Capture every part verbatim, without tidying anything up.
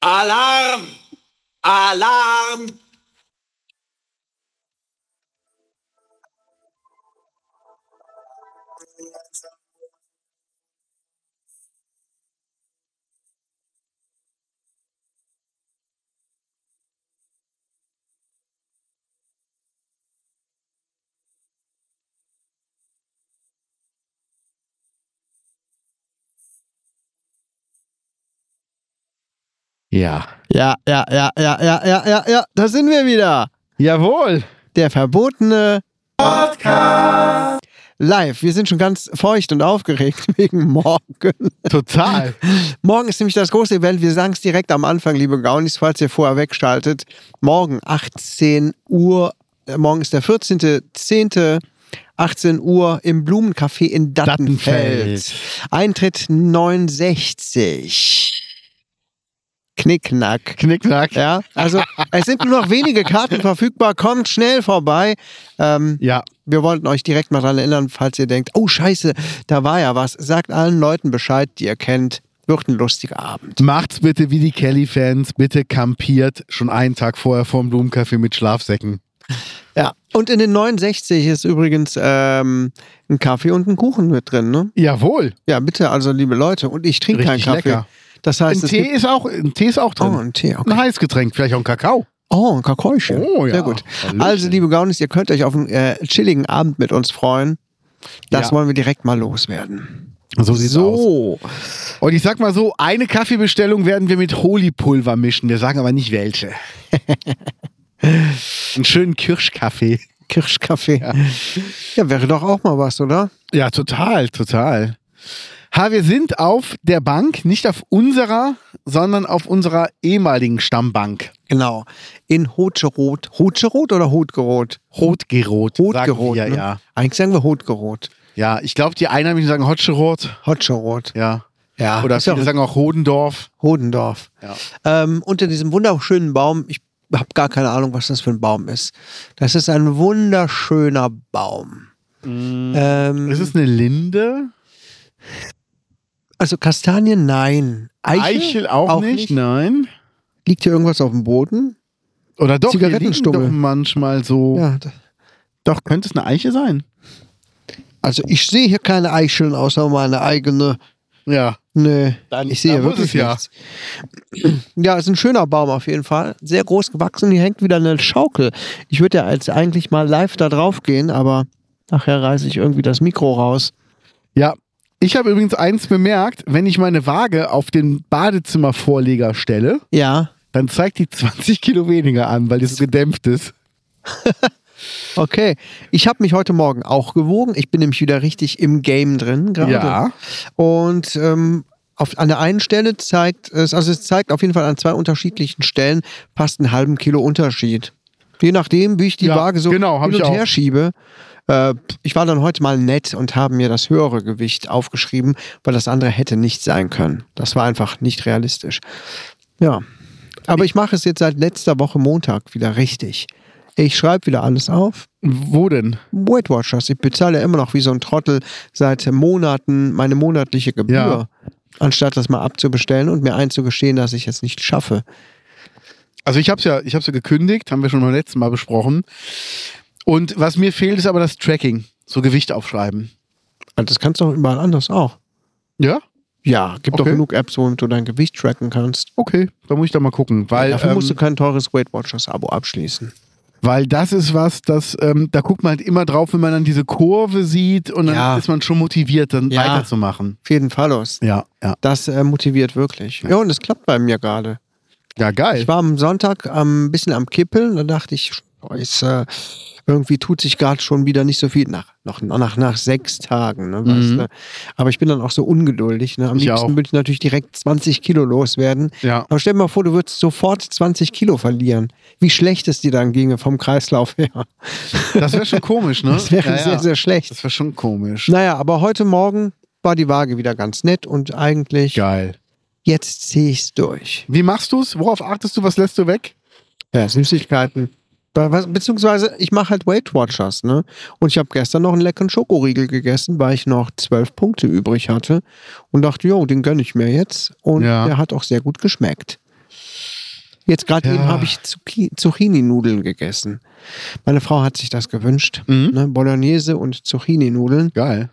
Alarm! Alarm! Ja. Ja, ja, ja, ja, ja, ja, ja, ja, da sind wir wieder. Jawohl. Der verbotene Podcast. Live. Wir sind schon ganz feucht und aufgeregt wegen morgen. Total. Morgen ist nämlich das große Event. Wir sagen es direkt am Anfang, liebe Gaunis, falls ihr vorher wegschaltet. Morgen achtzehn Uhr. Morgen ist der vierzehnter zehnter achtzehn Uhr im Blumencafé in Dattenfeld. Dattenfeld. Eintritt neunundsechzig. Knickknack. Knickknack. Ja, also es sind nur noch wenige Karten verfügbar. Kommt schnell vorbei. Ähm, Ja. Wir wollten euch direkt mal daran erinnern, falls ihr denkt, oh Scheiße, da war ja was. Sagt allen Leuten Bescheid, die ihr kennt. Wird ein lustiger Abend. Macht's bitte wie die Kelly-Fans. Bitte campiert schon einen Tag vorher vorm Blumencafé mit Schlafsäcken. Ja. Und in den neunundsechzig ist übrigens ähm, ein Kaffee und ein Kuchen mit drin, ne? Jawohl. Ja, bitte, also liebe Leute. Und ich trinke keinen Richtig Kaffee. lecker. Das heißt, Ein es Tee, gibt... ist auch, ein Tee ist auch drin. Oh, ein Tee, okay. Ein Heißgetränk, vielleicht auch ein Kakao. Oh, ein Kakaochen. Oh, ja. Sehr gut. Hallöchen. Also, liebe Gaunis, ihr könnt euch auf einen äh, chilligen Abend mit uns freuen. Das Ja. wollen wir direkt mal loswerden. So sieht's aus. So. Und ich sag mal so, eine Kaffeebestellung werden wir mit Holy-Pulver mischen. Wir sagen aber nicht welche. Einen schönen Kirschkaffee. Kirschkaffee. Ja. Ja, wäre doch auch mal was, oder? Ja, total, total. Ha, wir sind auf der Bank, nicht auf unserer, sondern auf unserer ehemaligen Stammbank. Genau. In Hotscherot. Hotscherot oder Hotgerot? Rotgerot. Hotgerot, sagen wir, ne? ja. Eigentlich sagen wir Hotgerot. Ja, ich glaube, die Einheimischen sagen Hotscherot. Hotscherot. Ja. Ja. Oder ist ja viele auch sagen auch Hodendorf. Hodendorf. Ja. Ähm, unter diesem wunderschönen Baum, ich habe gar keine Ahnung, was das für ein Baum ist. Das ist ein wunderschöner Baum. Ähm, Ist es eine Linde? also Kastanien, nein. Eichel, Eichel auch, nicht? Nein. Liegt hier irgendwas auf dem Boden? Oder doch, die liegen Zigarettenstummel. doch manchmal so. Ja. d- Doch, könnte es eine Eiche sein? Also ich sehe hier keine Eicheln außer meine eigene. Ja. Nee, Dann- ich sehe dann hier muss wirklich es ja. nichts. Ja, ist ein schöner Baum auf jeden Fall. Sehr groß gewachsen. Hier hängt wieder eine Schaukel. Ich würde ja jetzt eigentlich mal live da drauf gehen, aber nachher reiße ich irgendwie das Mikro raus. Ja. Ich habe übrigens eins bemerkt, wenn ich meine Waage auf den Badezimmervorleger stelle, Ja, dann zeigt die zwanzig Kilo weniger an, weil die so gedämpft ist. okay. Ich habe mich heute Morgen auch gewogen. Ich bin nämlich wieder richtig im Game drin gerade. Ja. Und ähm, auf, an der einen Stelle zeigt es, also es zeigt auf jeden Fall an zwei unterschiedlichen Stellen fast einen halben Kilo Unterschied. Je nachdem, wie ich die Ja, Waage so genau, hab hin ich und auch. her schiebe. Äh, ich war dann heute mal nett und habe mir das höhere Gewicht aufgeschrieben, weil das andere hätte nicht sein können. Das war einfach nicht realistisch. Ja. Aber ich mache es jetzt seit letzter Woche Montag wieder richtig. Ich schreibe wieder alles auf. Wo denn? Weight Watchers. Ich bezahle immer noch wie so ein Trottel seit Monaten meine monatliche Gebühr, Ja. anstatt das mal abzubestellen und mir einzugestehen, dass ich es nicht schaffe. Also ich habe es ja, ich hab's ja gekündigt, haben wir schon beim letzten Mal besprochen. Und was mir fehlt, ist aber das Tracking. So Gewicht aufschreiben. Und das kannst du auch überall anders auch. Ja? Ja, gibt doch Okay. genug Apps, womit du dein Gewicht tracken kannst. Okay, da muss ich da mal gucken. Weil, Dafür musst du ähm, kein teures Weight Watchers Abo abschließen. weil das ist was, das, ähm, da guckt man halt immer drauf, wenn man dann diese Kurve sieht und dann Ja. ist man schon motiviert, dann Ja. weiterzumachen. Auf jeden Fall los. Ja, ja. Das äh, motiviert wirklich. Ja, und es klappt bei mir gerade. Ja, geil. Ich war am Sonntag ähm, ein bisschen am Kippeln, da dachte ich, Scheiße, irgendwie tut sich gerade schon wieder nicht so viel. Nach, noch, nach, nach sechs Tagen, ne, weißt Mhm. du? Aber ich bin dann auch so ungeduldig. Ne? Am Ich liebsten auch. würde ich natürlich direkt zwanzig Kilo loswerden. Ja. Aber stell dir mal vor, du würdest sofort zwanzig Kilo verlieren. Wie schlecht es dir dann ginge vom Kreislauf her. Das wäre schon komisch, ne? Das wäre ja, ja. sehr, sehr schlecht. Das wäre schon komisch. Naja, aber heute Morgen war die Waage wieder ganz nett und eigentlich, Geil. jetzt ziehe ich es durch. Wie machst du es? Worauf achtest du? Was lässt du weg? Ja, Süßigkeiten. Be- was- Beziehungsweise, ich mache halt Weight Watchers, ne? Und ich habe gestern noch einen leckeren Schokoriegel gegessen, weil ich noch zwölf Punkte übrig hatte und dachte, jo, den gönne ich mir jetzt. Und Ja. der hat auch sehr gut geschmeckt. Jetzt gerade Ja. eben habe ich Zucchi- Zucchini-Nudeln gegessen. Meine Frau hat sich das gewünscht. Mhm. Ne? Bolognese und Zucchini-Nudeln. Geil.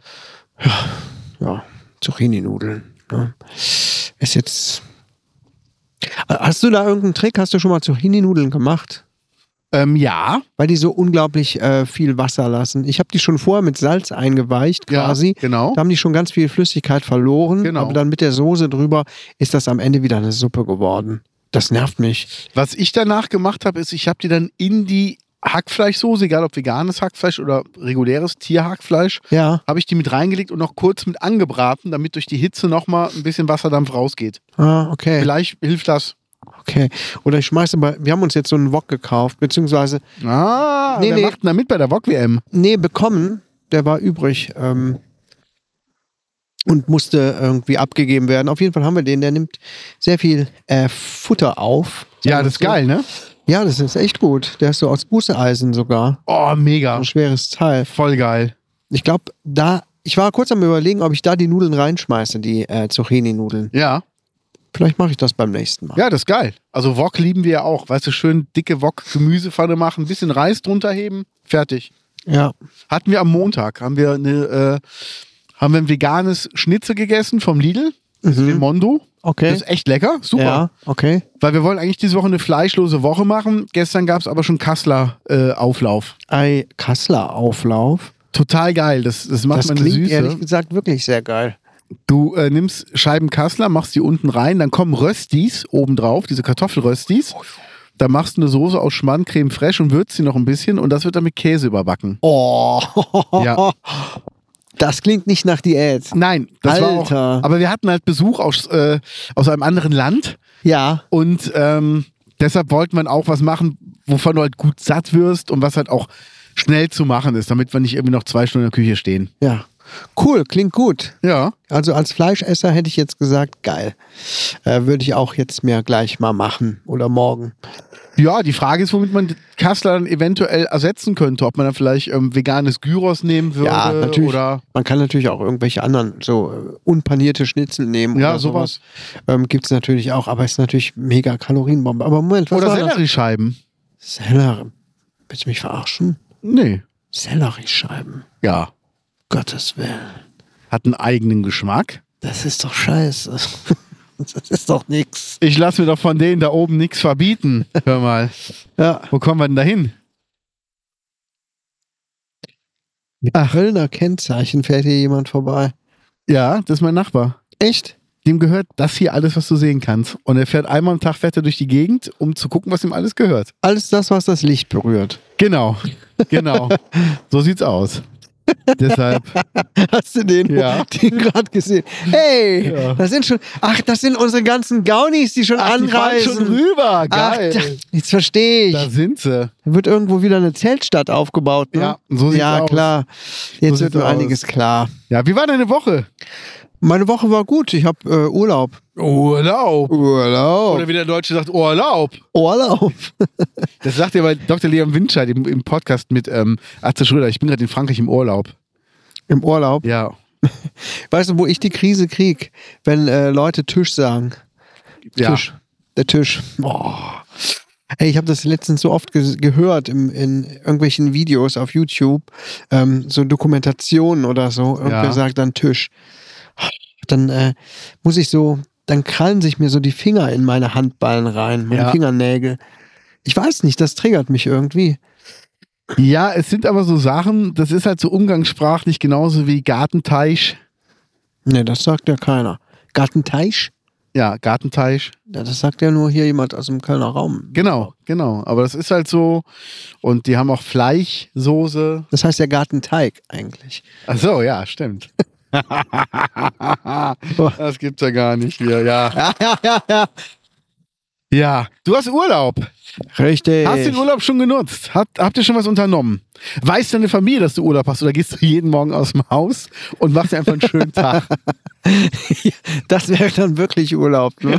Ja, Zucchini-Nudeln. Ne? Ist jetzt... Hast du da irgendeinen Trick? Hast du schon mal Zucchini-Nudeln gemacht? Ähm, ja. Weil die so unglaublich äh, viel Wasser lassen. Ich habe die schon vorher mit Salz eingeweicht quasi. Ja, genau. Da haben die schon ganz viel Flüssigkeit verloren. Genau. Aber dann mit der Soße drüber ist das am Ende wieder eine Suppe geworden. Das nervt mich. Was ich danach gemacht habe, ist, ich habe die dann in die Hackfleischsoße, egal ob veganes Hackfleisch oder reguläres Tierhackfleisch, Ja. habe ich die mit reingelegt und noch kurz mit angebraten, damit durch die Hitze nochmal ein bisschen Wasserdampf rausgeht. Ah, okay. Vielleicht hilft das. Okay. Oder ich schmeiße bei, wir haben uns jetzt so einen Wok gekauft, beziehungsweise, Ah, Nee, wer nee. macht denn da mit bei der Wok W M? nee, bekommen, der war übrig ähm, und musste irgendwie abgegeben werden. Auf jeden Fall haben wir den, der nimmt sehr viel äh, Futter auf. Ja, Sagen das ist wir so. geil, ne? Ja, das ist echt gut. Der ist so aus Bußeisen sogar. Oh, mega. Ein schweres Teil. Voll geil. Ich glaube, da, ich war kurz am Überlegen, ob ich da die Nudeln reinschmeiße, die äh, Zucchini-Nudeln. Ja. Vielleicht mache ich das beim nächsten Mal. Ja, das ist geil. Also Wok lieben wir ja auch. Weißt du, schön dicke Wok-Gemüsepfanne machen, ein bisschen Reis drunter heben, fertig. Ja. Hatten wir am Montag, haben wir eine, äh, haben wir ein veganes Schnitzel gegessen vom Lidl, Mhm. Mondo. Okay. Das ist echt lecker, super. Ja, okay. Weil wir wollen eigentlich diese Woche eine fleischlose Woche machen. Gestern gab es aber schon Kassler äh, Auflauf. Ei Kassler Auflauf. Total geil, das, das macht Das man klingt eine Süße. ehrlich gesagt wirklich sehr geil. Du äh, nimmst Scheiben Kassler, machst die unten rein, dann kommen Röstis obendrauf, diese Kartoffelröstis. Da machst du eine Soße aus Schmand, Creme fraiche und würzt sie noch ein bisschen und das wird dann mit Käse überbacken. Oh. Ja. Das klingt nicht nach Diät. Nein, das war auch. Alter. Aber wir hatten halt Besuch aus, äh, aus einem anderen Land Ja. und ähm, deshalb wollten wir auch was machen, wovon du halt gut satt wirst und was halt auch schnell zu machen ist, damit wir nicht irgendwie noch zwei Stunden in der Küche stehen. Ja. Cool, klingt gut. Ja. Also als Fleischesser hätte ich jetzt gesagt, geil. Äh, würde ich auch jetzt mir gleich mal machen oder morgen. Ja, die Frage ist, womit man Kassler dann eventuell ersetzen könnte. Ob man dann vielleicht ähm, veganes Gyros nehmen würde Ja, natürlich. oder. Man kann natürlich auch irgendwelche anderen, so äh, unpanierte Schnitzel nehmen Ja, oder sowas. sowas. Ähm, Gibt es natürlich auch, aber es ist natürlich mega Kalorienbombe. Aber Moment, was Oder war das? Selleriescheiben. Sellerie. Willst du mich verarschen? Nee. Selleriescheiben. Ja. Gottes Willen. Hat einen eigenen Geschmack. Das ist doch scheiße. Das ist doch nix. Ich lasse mir doch von denen da oben nichts verbieten. Hör mal. Ja. Wo kommen wir denn da hin? Mit Kölner Kennzeichen fährt hier jemand vorbei. Ja, das ist mein Nachbar. Echt? Dem gehört das hier alles, was du sehen kannst. Und er fährt einmal am Tag fährt er durch die Gegend, um zu gucken, was ihm alles gehört. Alles das, was das Licht berührt. Genau, genau. So sieht's aus. Deshalb, Hast du den, Ja. den gerade gesehen? Hey, Ja. das sind schon, ach, das sind unsere ganzen Gaunis, die schon ach, die fahren anreisen. schon rüber. Geil. Ach, da, jetzt verstehe ich. Da sind sie. Da wird irgendwo wieder eine Zeltstadt aufgebaut, ne? Ja, so sieht's Ja, aus. klar. Jetzt So wird sieht's mir aus. einiges klar. Ja, wie war deine Woche? Meine Woche war gut. Ich habe äh, Urlaub. Urlaub. Urlaub. Oder wie der Deutsche sagt, Urlaub. Urlaub. Das sagt ja bei Doktor Leon Winscheid im, im Podcast mit ähm, Atze Schröder. Ich bin gerade in Frankreich im Urlaub. Im Urlaub. Ja. Weißt du, wo ich die Krise krieg? Wenn äh, Leute Tisch sagen. Ja. Tisch. Der Tisch. Boah. Hey, ich habe das letztens so oft ge gehört im, in irgendwelchen Videos auf YouTube, ähm, so Dokumentationen oder so. Irgendwer Ja. sagt dann Tisch. Dann äh, muss ich so, dann krallen sich mir so die Finger in meine Handballen rein, meine Ja. Fingernägel. Ich weiß nicht, das triggert mich irgendwie. Ja, es sind aber so Sachen, das ist halt so umgangssprachlich genauso wie Gartenteich. Ne, das sagt ja keiner. Gartenteich? Ja, Gartenteich. Ja, das sagt ja nur hier jemand aus dem Kölner Raum. Genau, genau. Aber das ist halt so. Und die haben auch Fleischsoße. Das heißt ja Gartenteig eigentlich. Ach so, ja, stimmt. Das gibt's ja gar nicht hier, ja. Ja, ja, ja, ja. Ja, du hast Urlaub. Richtig. Hast du den Urlaub schon genutzt? Habt, habt ihr schon was unternommen? Weiß deine Familie, dass du Urlaub hast? Oder gehst du jeden Morgen aus dem Haus und machst dir einfach einen schönen Tag? Das wäre dann wirklich Urlaub, ne?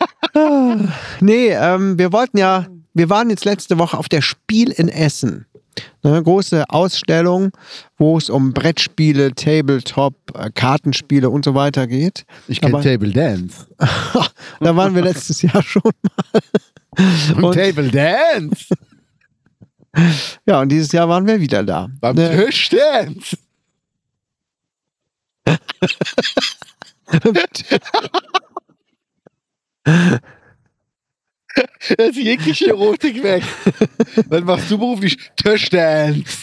Nee, ähm, wir wollten ja, wir waren jetzt letzte Woche auf der Spiel in Essen. Eine große Ausstellung, wo es um Brettspiele, Tabletop, äh, Kartenspiele und so weiter geht. Ich kenne Aber- Table Dance. Da waren wir letztes Jahr schon mal. Und- Table Dance. Ja, und dieses Jahr waren wir wieder da. Beim Ne, Tischdance. Da ist jegliche Erotik weg. Was machst du beruflich? Tischdance.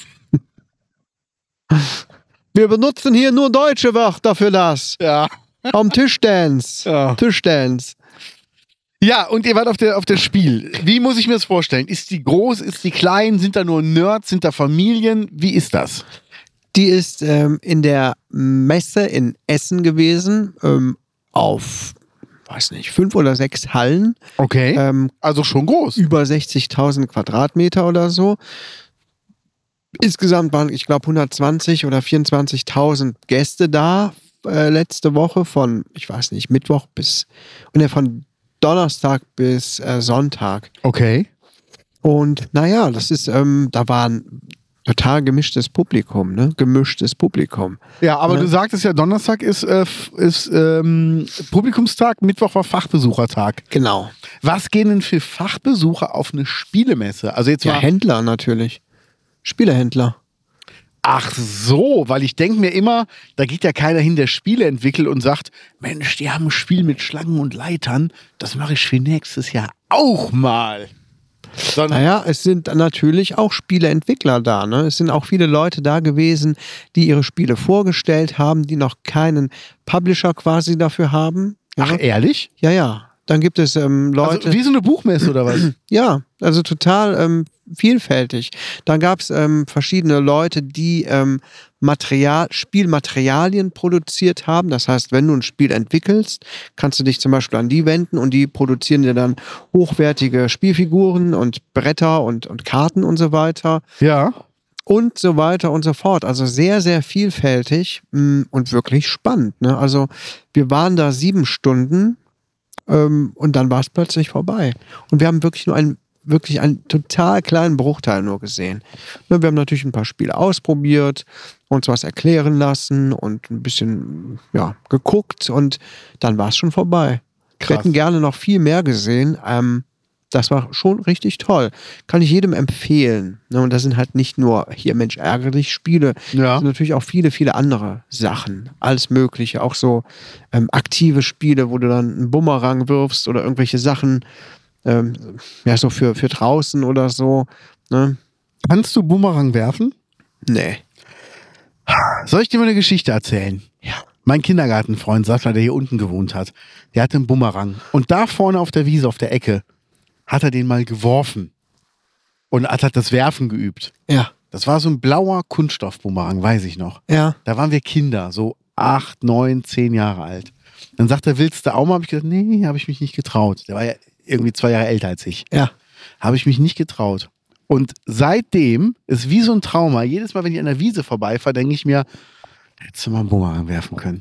wir benutzen hier nur deutsche Wörter für das. Ja. Am Tischdance. Ja. Tischdance. Ja, und ihr wart auf der, auf der Spiel. Wie muss ich mir das vorstellen? Ist die groß? Ist die klein? Sind da nur Nerds? Sind da Familien? Wie ist das? Die ist ähm, in der Messe in Essen gewesen, ähm, auf, weiß nicht, fünf oder sechs Hallen, Okay. ähm, Also schon groß. über sechzigtausend Quadratmeter oder so. Insgesamt waren, ich glaube, hundertzwanzig oder vierundzwanzigtausend Gäste da äh, letzte Woche von, ich weiß nicht, Mittwoch bis, und ja, von Donnerstag bis äh, Sonntag. Okay. Und naja, das ist, ähm, da war ein total gemischtes Publikum, ne? Gemischtes Publikum. Ja, aber Ja. du sagtest ja, Donnerstag ist, äh, f- ist ähm, Publikumstag, Mittwoch war Fachbesuchertag. Genau. Was gehen denn für Fachbesucher auf eine Spielemesse? Also jetzt Ja, mal, Händler natürlich. Spielehändler. ach so, weil ich denke mir immer, da geht ja keiner hin, der Spiele entwickelt und sagt, Mensch, die haben ein Spiel mit Schlangen und Leitern, das mache ich für nächstes Jahr auch mal. Sondern, Naja, es sind natürlich auch Spieleentwickler da. Ne? Es sind auch viele Leute da gewesen, die ihre Spiele vorgestellt haben, die noch keinen Publisher quasi dafür haben. Ja, ach ehrlich? ja, ja. Dann gibt es ähm, Leute. Also wie so eine Buchmesse oder was? Ja, also total ähm, vielfältig. Da gab es ähm, verschiedene Leute, die ähm, Material, Spielmaterialien produziert haben. Das heißt, wenn du ein Spiel entwickelst, kannst du dich zum Beispiel an die wenden und die produzieren dir dann hochwertige Spielfiguren und Bretter und, und Karten und so weiter. Ja. Und so weiter und so fort. Also sehr, sehr vielfältig mh, und wirklich spannend. Ne? Also wir waren da sieben Stunden ähm, und dann war es plötzlich vorbei. Und wir haben wirklich nur einen, wirklich einen total kleinen Bruchteil nur gesehen. Ne, wir haben natürlich ein paar Spiele ausprobiert, uns was erklären lassen und ein bisschen ja, geguckt und dann war es schon vorbei. Krass. Wir hätten gerne noch viel mehr gesehen. Ähm, das war schon richtig toll. Kann ich jedem empfehlen. Ne, und das sind halt nicht nur hier Mensch ärgere dich Spiele, Ja. sondern natürlich auch viele, viele andere Sachen. Alles Mögliche. Auch so ähm, aktive Spiele, wo du dann einen Bumerang wirfst oder irgendwelche Sachen, ähm, ja, so für, für draußen oder so. Ne? Kannst du Boomerang werfen? Nee. Soll ich dir mal eine Geschichte erzählen? Ja. Mein Kindergartenfreund Sattler, der hier unten gewohnt hat, der hatte einen Bumerang. Und da vorne auf der Wiese, auf der Ecke, hat er den mal geworfen. Und hat hat das Werfen geübt. Ja. Das war so ein blauer Kunststoff-Bumerang, weiß ich noch. Ja. Da waren wir Kinder, so acht, neun, zehn Jahre alt. Dann sagt er, willst du auch mal? Habe ich gesagt, nee, habe ich mich nicht getraut. Der war ja irgendwie zwei Jahre älter als ich. Ja. Habe ich mich nicht getraut. Und seitdem ist wie so ein Trauma. Jedes Mal, wenn ich an der Wiese vorbeifahre, denke ich mir, hättest du mal einen Bumerang werfen können.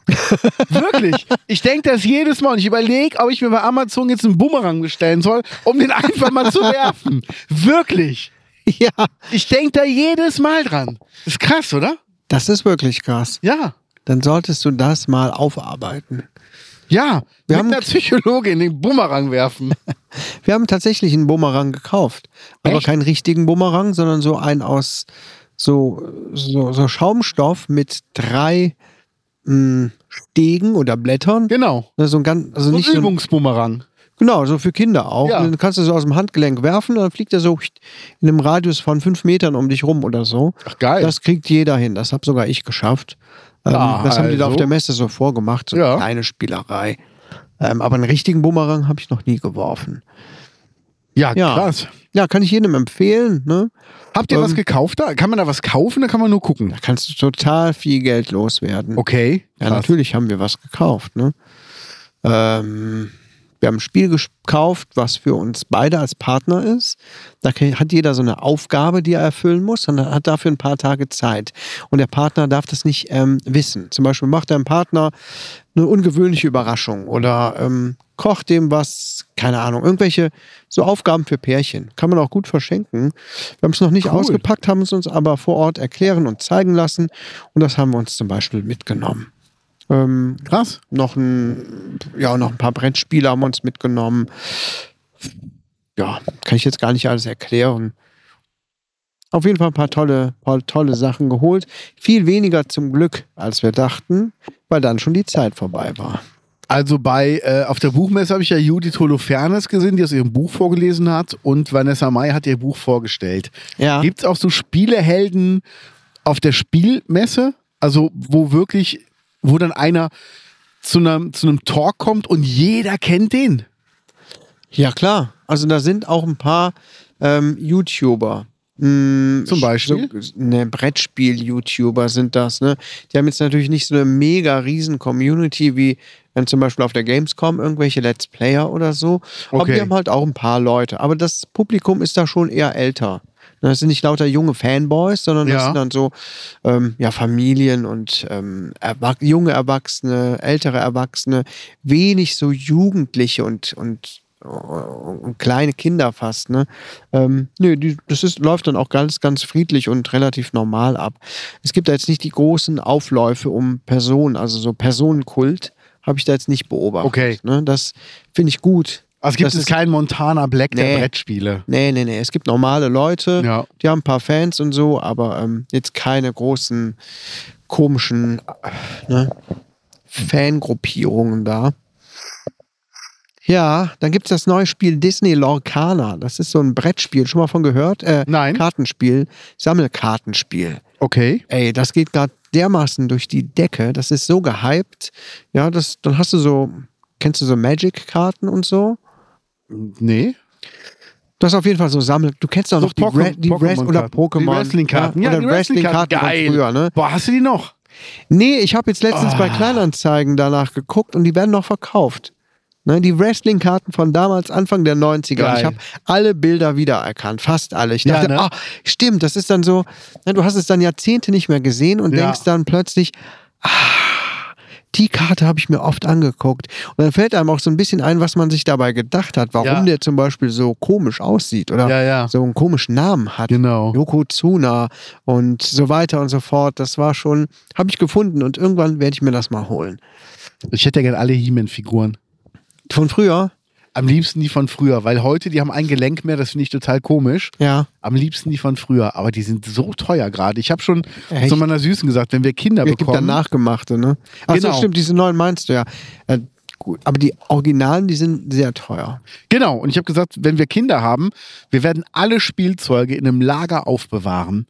Wirklich. Ich denke das jedes Mal und ich überlege, ob ich mir bei Amazon jetzt einen Bumerang bestellen soll, um den einfach mal zu werfen. Wirklich. Ja. Ich denke da jedes Mal dran. Ist krass, oder? Das ist wirklich krass. Ja. Dann solltest du das mal aufarbeiten. Ja. Wir mit haben- einer Psychologin den Bumerang werfen. Wir haben tatsächlich einen Bumerang gekauft. Aber Echt? keinen richtigen Bumerang, sondern so einen aus so, so, so Schaumstoff mit drei mh, Stegen oder Blättern. Genau. So ein ganz, also So ein nicht so ein, Übungsbumerang. genau, so für Kinder auch. Ja. Und dann kannst du so aus dem Handgelenk werfen und dann fliegt er so in einem Radius von fünf Metern um dich rum oder so. Ach, geil. Das kriegt jeder hin. Das habe sogar ich geschafft. Ähm, Ah, das haben die da also. auf der Messe so vorgemacht. So Ja. eine kleine Spielerei. Ähm, aber einen richtigen Bumerang habe ich noch nie geworfen. ja, Ja. krass. Ja, kann ich jedem empfehlen. Ne? Habt ihr Ähm, was gekauft da? Kann man da was kaufen? Da kann man nur gucken. Da kannst du total viel Geld loswerden. Okay. Ja, krass. natürlich haben wir was gekauft. Ne? Ähm, Wir haben ein Spiel gekauft, was für uns beide als Partner ist. Da hat jeder so eine Aufgabe, die er erfüllen muss und er hat dafür ein paar Tage Zeit. Und der Partner darf das nicht ähm, wissen. Zum Beispiel macht dein Partner eine ungewöhnliche Überraschung oder ähm, kocht dem was, keine Ahnung, irgendwelche so Aufgaben für Pärchen. Kann man auch gut verschenken. Wir haben es noch nicht Cool. ausgepackt, haben es uns aber vor Ort erklären und zeigen lassen. Und das haben wir uns zum Beispiel mitgenommen. Ähm, Krass. noch ein, ja, noch ein paar Brettspiele haben wir uns mitgenommen. Ja, kann ich jetzt gar nicht alles erklären. Auf jeden Fall ein paar tolle, paar tolle Sachen geholt. Viel weniger zum Glück, als wir dachten, weil dann schon die Zeit vorbei war. Also bei, äh, auf der Buchmesse habe ich ja Judith Holofernes gesehen, die aus ihrem Buch vorgelesen hat und Vanessa Mai hat ihr Buch vorgestellt. Ja. Gibt es auch so Spielehelden auf der Spielmesse? Also wo wirklich, wo dann einer zu einem, zu einem Talk kommt und jeder kennt den? Ja, klar. Also da sind auch ein paar ähm, YouTuber. Mm, Zum Beispiel? So, ne, Brettspiel-YouTuber sind das, ne? Die haben jetzt natürlich nicht so eine mega riesen Community wie wenn zum Beispiel auf der Gamescom irgendwelche Let's Player oder so. Aber Okay. die haben halt auch ein paar Leute. Aber das Publikum ist da schon eher älter. Das sind nicht lauter junge Fanboys, sondern das Ja. sind dann so ähm, ja, Familien und ähm, Erwach- junge Erwachsene, ältere Erwachsene, wenig so Jugendliche und, und, und kleine Kinder fast. Ne? Ähm, nö, die, das ist, läuft dann auch ganz, ganz friedlich und relativ normal ab. Es gibt da jetzt nicht die großen Aufläufe um Personen, also so Personenkult habe ich da jetzt nicht beobachtet. Okay. Ne? Das finde ich gut. Also gibt Das es ist- keinen Montana Black der Nee. Brettspiele? Nee, nee, nee. Es gibt normale Leute, Ja. die haben ein paar Fans und so, aber ähm, jetzt keine großen, komischen äh, ne, Fangruppierungen da. Ja, dann gibt es das neue Spiel Disney Lorcana. Das ist so ein Brettspiel. Schon mal von gehört? Äh, Nein. Kartenspiel. Sammelkartenspiel. Okay. Ey, das geht gerade dermaßen durch die Decke. Das ist so gehypt. Ja, das, dann hast du so, kennst du so Magic-Karten und so? Nee. Das ist auf jeden Fall so Sammel. Du kennst doch So noch die, Pokémon- Re die Res oder Pokémon-Karten. Pokémon. Die Wrestling-Karten. Ja, oder die Wrestling-Karten von Geil. früher, ne? Boah, hast du die noch? Nee, ich habe jetzt letztens Ah. bei Kleinanzeigen danach geguckt und die werden noch verkauft. Ne, die Wrestling-Karten von damals, Anfang der neunziger. Geil. Ich habe alle Bilder wiedererkannt, fast alle. Ich Ja, dachte, ne? ah, stimmt, das ist dann so, ne, du hast es dann Jahrzehnte nicht mehr gesehen und Ja. denkst dann plötzlich, ah, die Karte habe ich mir oft angeguckt. Und dann fällt einem auch so ein bisschen ein, was man sich dabei gedacht hat, warum Ja. der zum Beispiel so komisch aussieht oder Ja, ja. so einen komischen Namen hat. Genau. Yokozuna und so weiter und so fort. Das war schon, habe ich gefunden und irgendwann werde ich mir das mal holen. Ich hätte ja gerne alle He-Man-Figuren. Von früher? Am liebsten die von früher, weil heute, die haben ein Gelenk mehr, das finde ich total komisch. Ja. Am liebsten die von früher, aber die sind so teuer gerade. Ich habe schon Echt? zu meiner Süßen gesagt, wenn wir Kinder Es gibt dann bekommen, nachgemachte, ne? Ach so, Genau. stimmt, diese neuen meinst du ja. Äh, gut. Aber die Originalen, die sind sehr teuer. genau, und ich habe gesagt, wenn wir Kinder haben, wir werden alle Spielzeuge in einem Lager aufbewahren.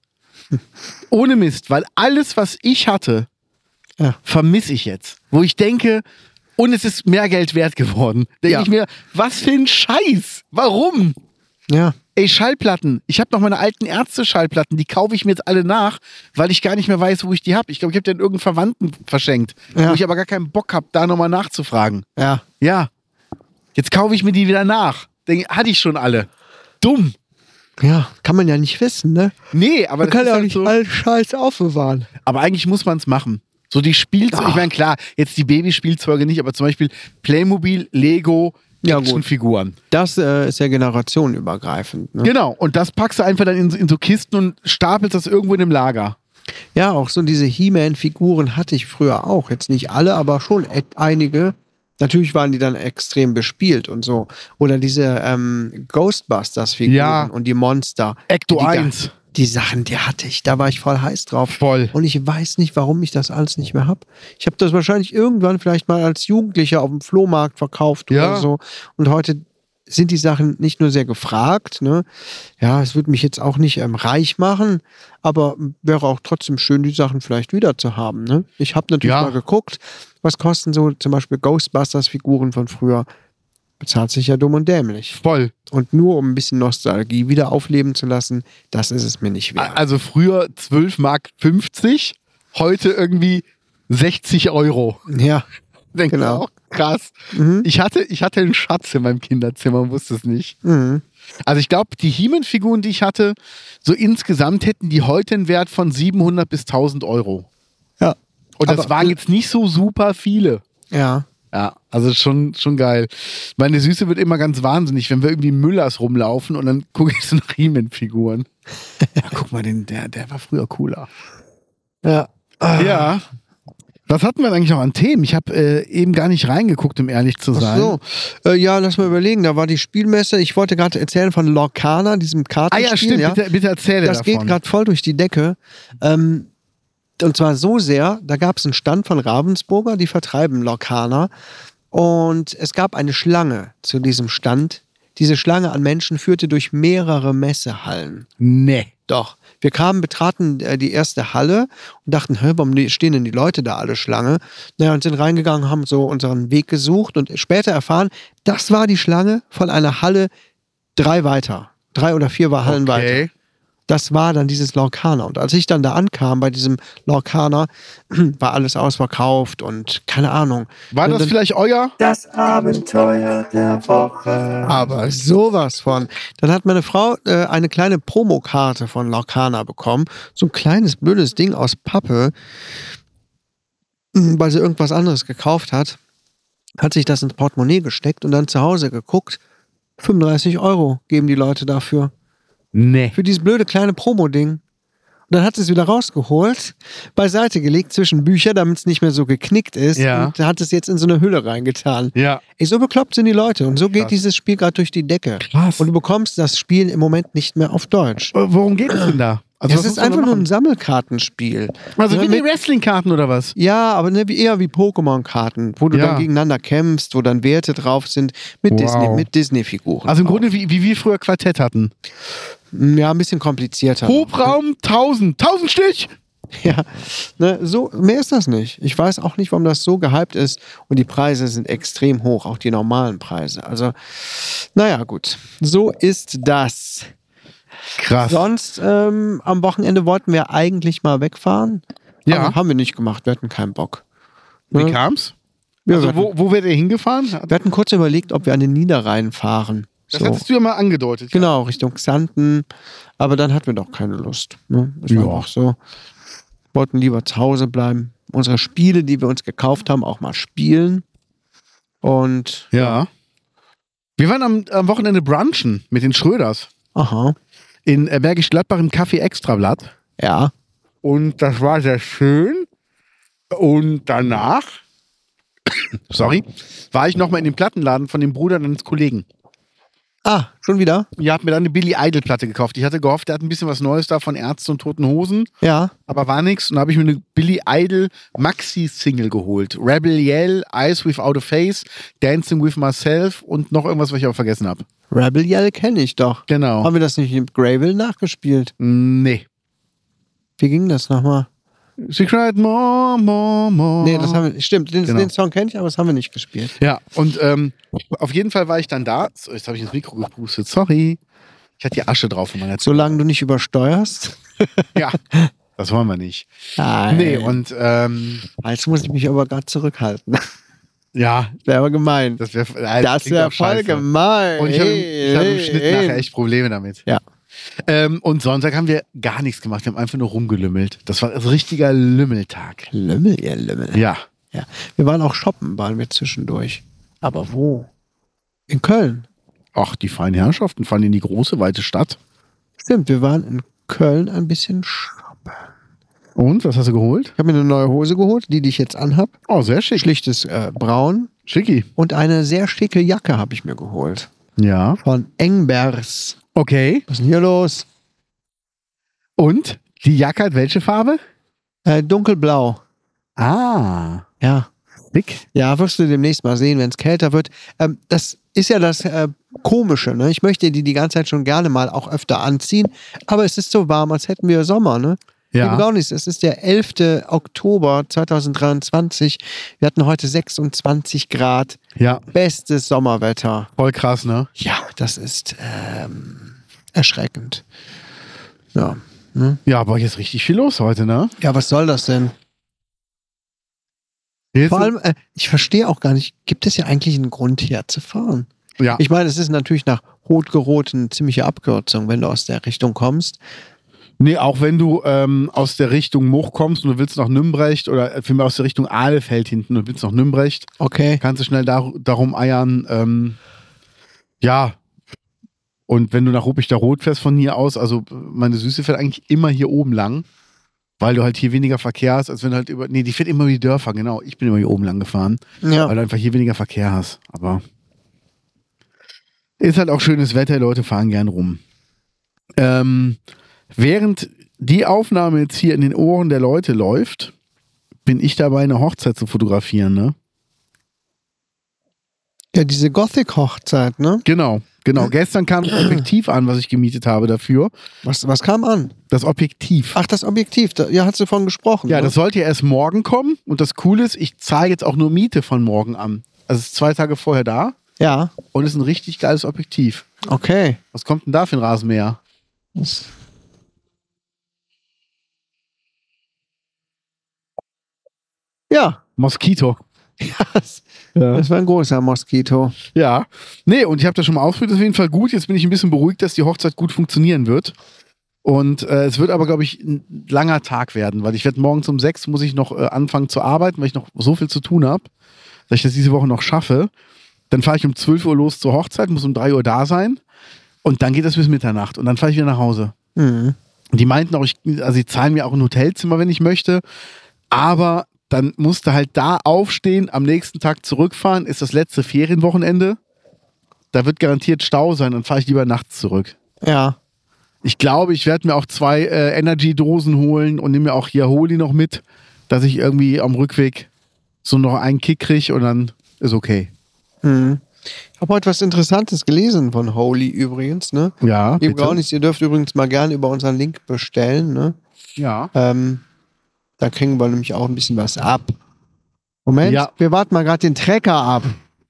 Ohne Mist, weil alles, was ich hatte, Ja. vermisse ich jetzt. Wo ich denke, und es ist mehr Geld wert geworden. Denke Ja. ich mir, was für ein Scheiß? Warum? Ja. Ey, Schallplatten. Ich habe noch meine alten Ärzte-Schallplatten, die kaufe ich mir jetzt alle nach, weil ich gar nicht mehr weiß, wo ich die habe. Ich glaube, ich habe die an irgendeinen Verwandten verschenkt, Ja. wo ich aber gar keinen Bock habe, da nochmal nachzufragen. Ja. Ja, jetzt kaufe ich mir die wieder nach. Denke, hatte ich schon alle. Dumm. Ja. Kann man ja nicht wissen, ne? Nee, aber Man das kann ist ja auch halt nicht so. allen Scheiß aufbewahren. Aber eigentlich muss man es machen. So die Spielzeuge, ich meine, klar, jetzt die Babyspielzeuge nicht, aber zum Beispiel Playmobil, Lego, Ja, gut. Actionfiguren. Das äh, ist ja generationenübergreifend. Ne? Genau, und das packst du einfach dann in, in so Kisten und stapelst das irgendwo in dem Lager. Ja, auch so diese He-Man-Figuren hatte ich früher auch. Jetzt nicht alle, aber schon et- einige. Natürlich waren die dann extrem bespielt und so. Oder diese ähm, Ghostbusters-Figuren Ja. und die Monster. Ecto die, die, eins. Die Sachen, die hatte ich. Da war ich voll heiß drauf. Voll. Und ich weiß nicht, warum ich das alles nicht mehr habe. Ich habe das wahrscheinlich irgendwann vielleicht mal als Jugendlicher auf dem Flohmarkt verkauft Ja. oder so. Und heute sind die Sachen nicht nur sehr gefragt. Ne? Ja, es würde mich jetzt auch nicht ähm, reich machen, aber wäre auch trotzdem schön, die Sachen vielleicht wieder zu haben. Ne? Ich habe natürlich Ja. mal geguckt, was kosten so zum Beispiel Ghostbusters-Figuren von früher. Bezahlt sich ja dumm und dämlich. Voll. Und nur um ein bisschen Nostalgie wieder aufleben zu lassen, das ist es mir nicht wert. Also früher zwölf Mark fünfzig, heute irgendwie sechzig Euro. Ja. Denkst du Genau. auch? Krass. Mhm. Ich hatte, ich hatte einen Schatz in meinem Kinderzimmer und wusste es nicht. Mhm. Also ich glaube, die He-Man-Figuren, die ich hatte, so insgesamt hätten die heute einen Wert von siebenhundert bis tausend Euro. Ja. Und das Aber- waren jetzt nicht so super viele. Ja. Ja, also schon, schon geil. Meine Süße wird immer ganz wahnsinnig, wenn wir irgendwie im Müllers rumlaufen und dann gucke ich so nach He-Man-Figuren. Ja, guck mal, den, der, der war früher cooler. Ja. Ja. Was hatten wir denn eigentlich noch an Themen? Ich habe äh, eben gar nicht reingeguckt, um ehrlich zu Ach sein. so. Äh, ja, lass mal überlegen. Da war die Spielmesse. Ich wollte gerade erzählen von Lorcana, diesem Ah Kartenspiel. ja, stimmt. Ja? Bitte, bitte erzähle Das davon. geht gerade voll durch die Decke. Ähm, und zwar so sehr, da gab es einen Stand von Ravensburger, die vertreiben Lorcana. Und es gab eine Schlange zu diesem Stand. Diese Schlange an Menschen führte durch mehrere Messehallen. Nee. Doch. Wir kamen, betraten äh, die erste Halle und dachten, hä, warum stehen denn die Leute da alle Schlange? Naja, und sind reingegangen, haben so unseren Weg gesucht und später erfahren, das war die Schlange von einer Halle drei weiter. Drei oder vier war Hallen weiter. Okay. Das war dann dieses Lorcana. Und als ich dann da ankam bei diesem Lorcana, war alles ausverkauft und keine Ahnung. War Und das dann, vielleicht euer? Das Abenteuer der Woche. aber sowas von. Dann hat meine Frau äh, eine kleine Promokarte von Lorcana bekommen. So ein kleines, blödes Ding aus Pappe, weil sie irgendwas anderes gekauft hat. Hat sich das ins Portemonnaie gesteckt und dann zu Hause geguckt. fünfunddreißig Euro geben die Leute dafür. Nee. Für dieses blöde kleine Promo-Ding. Und dann hat sie es wieder rausgeholt, beiseite gelegt zwischen Bücher, damit es nicht mehr so geknickt ist. Ja. Und hat es jetzt in so eine Hülle reingetan. Ja. Ey, so bekloppt sind die Leute. Und so geht Krass. dieses Spiel gerade durch die Decke. Krass. Und du bekommst das Spiel im Moment nicht mehr auf Deutsch. Äh, Worum geht es denn da? Also es was ist muss man da einfach nur ein machen? Sammelkartenspiel. Also Ne, wie die mit- Wrestling-Karten oder was? Ja, aber ne, wie- eher wie Pokémon-Karten, wo du Ja. dann gegeneinander kämpfst, wo dann Werte drauf sind mit Wow. Disney, mit Disney-Figuren. Also im drauf. Grunde wie, wie wir früher Quartett hatten. Ja, ein bisschen komplizierter. Hubraum tausend. tausend Stich! Ja, ne, so, mehr ist das nicht. Ich weiß auch nicht, warum das so gehypt ist. Und die Preise sind extrem hoch, auch die normalen Preise. Also, naja, gut. So ist das. Krass. Sonst, ähm, am Wochenende wollten wir eigentlich mal wegfahren. Ja. Aber haben wir nicht gemacht. Wir hatten keinen Bock. Wie Ne? kam's? Ja, Also wir, wo, wo wärt ihr hingefahren? wir hatten kurz überlegt, ob wir an den Niederrhein fahren. Das So. hattest du ja mal angedeutet. Genau, Richtung Xanten. Aber dann hatten wir doch keine Lust. Ne? Das war Ja. auch so. Wollten lieber zu Hause bleiben. Unsere Spiele, die wir uns gekauft haben, auch mal spielen. Und Ja. Wir waren am, am Wochenende brunchen mit den Schröders aha, in äh, Bergisch Gladbach im Café Extrablatt. ja. Und das war sehr schön. Und danach, sorry, war ich nochmal in dem Plattenladen von dem Bruder eines Kollegen. Ah, schon wieder? Ihr habt mir dann eine Billy Idol Platte gekauft. Ich hatte gehofft, der hat ein bisschen was Neues da von Ärzte und Toten Hosen, Ja. aber war nix. Und da habe ich mir eine Billy Idol Maxi-Single geholt. Rebel Yell, Eyes Without a Face, Dancing with Myself und noch irgendwas, was ich aber vergessen habe. Rebel Yell kenne ich doch. Genau. Haben wir das nicht mit Gravel nachgespielt? Nee. Wie ging das nochmal? She cried more, more, more. Nee, das haben wir. Stimmt, den, Genau. den Song kenne ich, aber das haben wir nicht gespielt. Ja, und ähm, auf jeden Fall war ich dann da. So, jetzt habe ich ins Mikro gepustet. Sorry. Ich hatte die Asche drauf von meiner Zunge. Solange du nicht übersteuerst. Ja, das wollen wir nicht. Nein. Nee, und ähm, Jetzt muss ich mich aber gerade zurückhalten. ja, Wäre aber gemein. das wäre Das wäre voll gemein. Und ich habe ich hab im Hey, Schnitt hey. nachher echt Probleme damit. Ja. Ähm, und Sonntag haben wir gar nichts gemacht. Wir haben einfach nur rumgelümmelt. Das war ein richtiger Lümmeltag. Lümmel, ja, Lümmel. Ja. Ja. Wir waren auch shoppen, waren wir zwischendurch. Aber wo? In Köln. Ach, die feinen Herrschaften fahren in die große, weite Stadt. Stimmt, wir waren in Köln ein bisschen shoppen. Und, was hast du geholt? Ich habe mir eine neue Hose geholt, die, die ich jetzt anhab. Oh, sehr schick. Schlichtes äh, Braun. Schicki. Und eine sehr schicke Jacke habe ich mir geholt. Ja. Von Engbers. Okay. Was ist denn hier los? Und, die Jacke hat welche Farbe? Äh, dunkelblau. Ah. Ja. Dick. Ja, wirst du demnächst mal sehen, wenn es kälter wird. Ähm, das ist ja das äh, Komische, ne? Ich möchte die die ganze Zeit schon gerne mal auch öfter anziehen, aber es ist so warm, als hätten wir Sommer, ne? Ja. Liebe Gaunis, es ist der elfte Oktober zweitausenddreiundzwanzig. Wir hatten heute sechsundzwanzig Grad. Ja. Bestes Sommerwetter. Voll krass, ne? Ja, das ist ähm, erschreckend. Ja. Ne? Ja, aber hier ist richtig viel los heute, ne? Ja, was soll das denn? Jetzt Vor allem, äh, ich verstehe auch gar nicht, gibt es ja eigentlich einen Grund herzufahren? ja. Ich meine, es ist natürlich nach Rot-Gerot eine ziemliche Abkürzung, wenn du aus der Richtung kommst. Nee, auch wenn du ähm, aus der Richtung Moch kommst und du willst nach Nümbrecht oder vielmehr aus der Richtung Ahlefeld hinten und du willst nach Nümbrecht, Okay. kannst du schnell dar darum eiern. Ähm, ja. Und wenn du nach Ruppig-der-Rot fährst von hier aus, also meine Süße fährt eigentlich immer hier oben lang, weil du halt hier weniger Verkehr hast, als wenn du halt über. Nee, die fährt immer über die Dörfer, genau. Ich bin immer hier oben lang gefahren, Ja. weil du einfach hier weniger Verkehr hast. Aber ist halt auch schönes Wetter, Leute fahren gern rum. Ähm, während die Aufnahme jetzt hier in den Ohren der Leute läuft, bin ich dabei, eine Hochzeit zu fotografieren, ne? Ja, diese Gothic-Hochzeit, ne? Genau, genau. Gestern kam das Objektiv an, was ich gemietet habe dafür. Was, was kam an? Das Objektiv. Ach, das Objektiv, da, ja, hast du von gesprochen. Ja, ne? das sollte ja erst morgen kommen. Und das Coole ist, ich zahle jetzt auch nur Miete von morgen an. Also es ist zwei Tage vorher da Ja, und es ist ein richtig geiles Objektiv. okay. Was kommt denn da für ein Rasenmäher? Das- Ja, Moskito. das, das war ein großer Moskito. Ja. Nee, und ich habe das schon mal ausprobiert, das ist auf jeden Fall gut. Jetzt bin ich ein bisschen beruhigt, dass die Hochzeit gut funktionieren wird. Und äh, es wird aber, glaube ich, ein langer Tag werden, weil ich werde morgens um sechs muss ich noch äh, anfangen zu arbeiten, weil ich noch so viel zu tun habe, dass ich das diese Woche noch schaffe. Dann fahre ich um zwölf Uhr los zur Hochzeit, muss um drei Uhr da sein. Und dann geht das bis Mitternacht. Und dann fahre ich wieder nach Hause. Mhm. Und die meinten auch, ich, also sie zahlen mir auch ein Hotelzimmer, wenn ich möchte. Aber dann musst du halt da aufstehen, am nächsten Tag zurückfahren, ist das letzte Ferienwochenende. Da wird garantiert Stau sein, dann fahre ich lieber nachts zurück. Ja. Ich glaube, ich werde mir auch zwei äh, Energy-Dosen holen und nehme mir auch hier Holy noch mit, dass ich irgendwie am Rückweg so noch einen Kick kriege und dann ist okay. Mhm. Ich habe heute was Interessantes gelesen von Holy übrigens, ne? Ja, Liebe bitte. Brownies, ihr dürft übrigens mal gerne über unseren Link bestellen, ne? Ja. Ähm, da kriegen wir nämlich auch ein bisschen was ab. Moment, Ja. wir warten mal gerade den Trecker ab.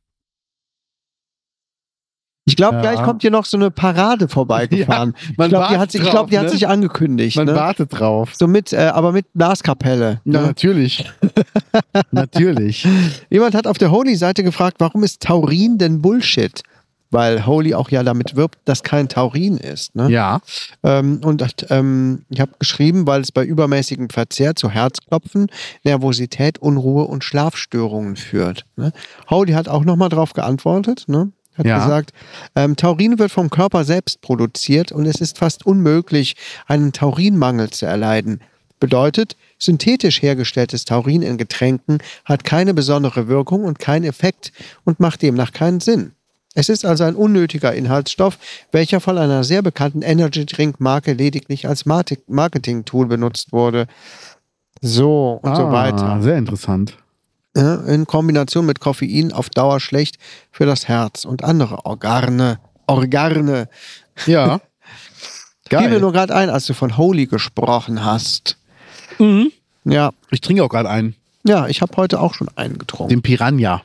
Ich glaube, Ja. gleich kommt hier noch so eine Parade vorbeigefahren. Ja, man ich glaube, die, wartet hat sich- ich drauf, glaub, die hat ne? sich angekündigt. Man ne? wartet drauf. So mit, äh, aber mit Blaskapelle. Ja, Ne? natürlich. Natürlich. Jemand hat auf der Holy-Seite gefragt, warum ist Taurin denn Bullshit? Weil Holy auch ja damit wirbt, dass kein Taurin ist. Ne? Ja. Ähm, und ähm, ich habe geschrieben, weil es bei übermäßigem Verzehr zu Herzklopfen, Nervosität, Unruhe und Schlafstörungen führt. Ne? Holy hat auch nochmal drauf geantwortet. Ne? Hat Ja. gesagt, ähm, Taurin wird vom Körper selbst produziert und es ist fast unmöglich, einen Taurinmangel zu erleiden. Bedeutet, synthetisch hergestelltes Taurin in Getränken hat keine besondere Wirkung und keinen Effekt und macht demnach keinen Sinn. Es ist also ein unnötiger Inhaltsstoff, welcher von einer sehr bekannten Energy-Drink-Marke lediglich als Marti- Marketing-Tool benutzt wurde. So und so weiter. Sehr interessant. Ja, in Kombination mit Koffein auf Dauer schlecht für das Herz und andere Organe. Organe. Ja. Fiel mir Geil. nur gerade ein, als du von Holy gesprochen hast. Mhm. Ja, Ich trinke auch gerade einen. ja, ich habe heute auch schon einen getrunken. Den Piranha.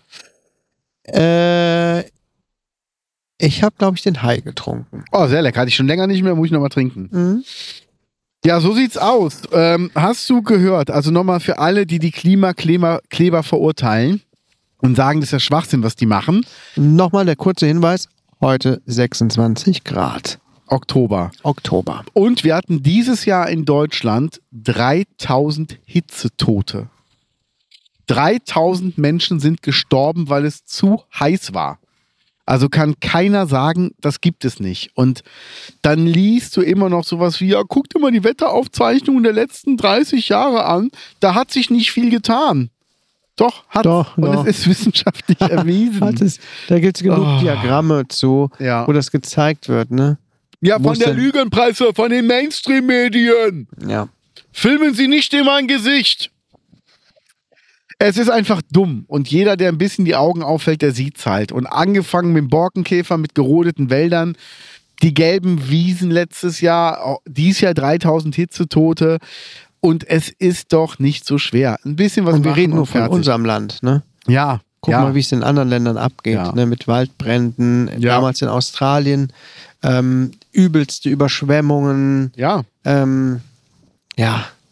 Äh, ich habe, glaube ich, den Hai getrunken. Oh, sehr lecker. Hatte ich schon länger nicht mehr, muss ich nochmal trinken. Mhm. Ja, so sieht's aus. Ähm, hast du gehört, also nochmal für alle, die die Klimakleber Kleber verurteilen und sagen, das ist ja Schwachsinn, was die machen. Nochmal der kurze Hinweis. Heute sechsundzwanzig Grad. Oktober. Oktober. Und wir hatten dieses Jahr in Deutschland dreitausend Hitzetote. dreitausend Menschen sind gestorben, weil es zu heiß war. Also kann keiner sagen, das gibt es nicht. Und dann liest du immer noch sowas wie, ja, guck dir mal die Wetteraufzeichnungen der letzten dreißig Jahre an. Da hat sich nicht viel getan. Doch, hat Doch, Und doch. es ist wissenschaftlich erwiesen. Hat es, da gibt es genug Oh. Diagramme zu, Ja. wo das gezeigt wird, ne? Ja, Wo von ist der denn- Lügenpresse, von den Mainstream-Medien. Ja. Filmen Sie nicht in mein Gesicht. Es ist einfach dumm. Und jeder, der ein bisschen die Augen auffällt, der sieht's halt. Und angefangen mit dem Borkenkäfer, mit gerodeten Wäldern, die gelben Wiesen letztes Jahr, auch dies Jahr dreitausend Hitzetote. Und es ist doch nicht so schwer. Ein bisschen was Und wir machen reden nur und von fertig. unserem Land, ne? Ja. Guck ja. mal, wie es in anderen Ländern abgeht, Ja. ne? Mit Waldbränden, Ja. damals in Australien, ähm, übelste Überschwemmungen, Ja. ähm, ja,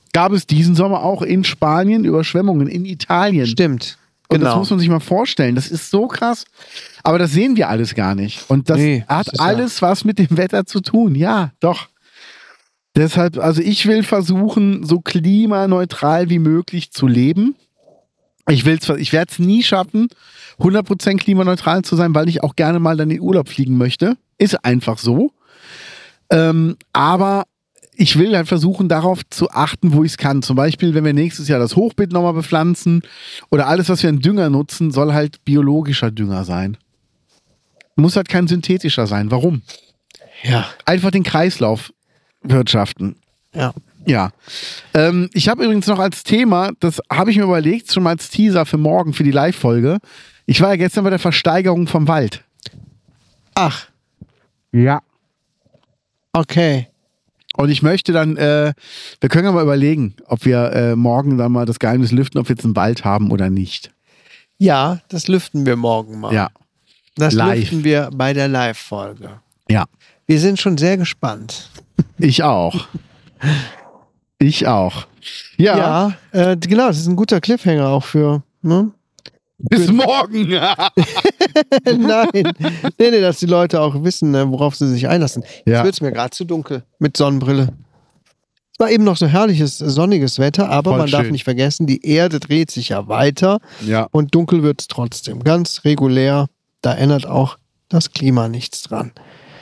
gab es diesen Sommer auch in Spanien Überschwemmungen, in Italien. Stimmt. Und Genau. das muss man sich mal vorstellen. Das ist so krass. Aber das sehen wir alles gar nicht. Und das Nee, hat das ist alles was mit dem Wetter zu tun. Ja, doch. Deshalb, also ich will versuchen, so klimaneutral wie möglich zu leben. Ich will's, ich werde es nie schaffen, hundert Prozent klimaneutral zu sein, weil ich auch gerne mal dann in den Urlaub fliegen möchte. Ist einfach so. Ähm, aber ich will halt versuchen, darauf zu achten, wo ich es kann. Zum Beispiel, wenn wir nächstes Jahr das Hochbeet nochmal bepflanzen oder alles, was wir an Dünger nutzen, soll halt biologischer Dünger sein. Muss halt kein synthetischer sein. Warum? Ja. Einfach den Kreislauf wirtschaften. Ja. Ja. Ähm, ich habe übrigens noch als Thema, das habe ich mir überlegt, schon mal als Teaser für morgen, für die Live-Folge. Ich war ja gestern bei der Versteigerung vom Wald. Ach, Ja. okay. Und ich möchte dann, äh, wir können ja mal überlegen, ob wir äh, morgen dann mal das Geheimnis lüften, ob wir jetzt einen Wald haben oder nicht. Ja, das lüften wir morgen mal. Ja. Das live. lüften wir bei der Live-Folge. Ja. Wir sind schon sehr gespannt. Ich auch. Ich auch. Ja. Ja, äh, genau, das ist ein guter Cliffhanger auch für, ne? Bis morgen. Nein, nee, nee, dass die Leute auch wissen, ne, worauf sie sich einlassen. Ja. Jetzt wird es mir gerade zu dunkel mit Sonnenbrille. Es war eben noch so herrliches, sonniges Wetter, aber Voll man darf schön. nicht vergessen, die Erde dreht sich ja weiter Ja. und dunkel wird es trotzdem. Ganz regulär, da ändert auch das Klima nichts dran.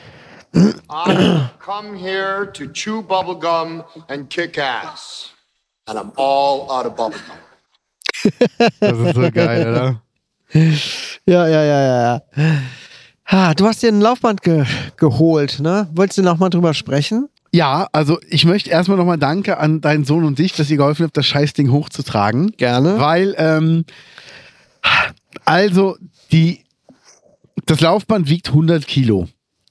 I come here to chew bubblegum and kick ass. And I'm all out of bubblegum. Das ist so geil, oder? Ja, ja, ja, ja, ja. Ha, du hast dir ein Laufband ge geholt, ne? Wolltest du noch mal drüber sprechen? Ja, also ich möchte erstmal nochmal Danke an deinen Sohn und dich, dass ihr geholfen habt, das Scheißding hochzutragen. Gerne. Weil, ähm, also die, das Laufband wiegt hundert Kilo.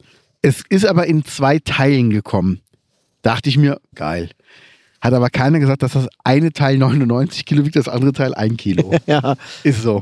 Es ist aber in zwei Teilen gekommen. Dachte ich mir, geil. Hat aber keiner gesagt, dass das eine Teil neunundneunzig Kilo wiegt, das andere Teil ein Kilo. Ja. Ist so.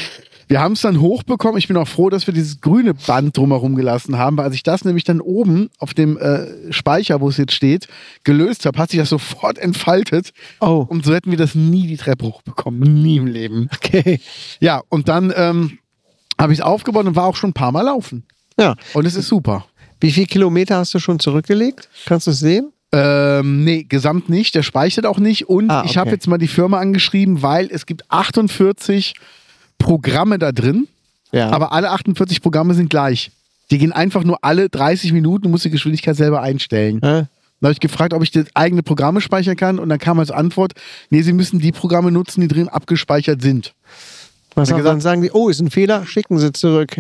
Wir haben es dann hochbekommen. Ich bin auch froh, dass wir dieses grüne Band drumherum gelassen haben, weil als ich das nämlich dann oben auf dem äh, Speicher, wo es jetzt steht, gelöst habe, hat sich das sofort entfaltet. Oh. Und so hätten wir das nie die Treppe hochbekommen. Nie im Leben. Okay. Ja, und dann ähm, habe ich es aufgebaut und war auch schon ein paar Mal laufen. Ja. Und es ist super. Wie viele Kilometer hast du schon zurückgelegt? Kannst du es sehen? Ähm, nee, gesamt nicht. Der speichert auch nicht. Und Ah, ich okay. habe jetzt mal die Firma angeschrieben, weil es gibt achtundvierzig Programme da drin. Ja. Aber alle achtundvierzig Programme sind gleich. Die gehen einfach nur alle dreißig Minuten und muss die Geschwindigkeit selber einstellen. Hä? Dann habe ich gefragt, ob ich das eigene Programme speichern kann. Und dann kam als Antwort, nee, Sie müssen die Programme nutzen, die drin abgespeichert sind. Was Hat auch gesagt- dann sagen die, oh, ist ein Fehler, schicken Sie zurück.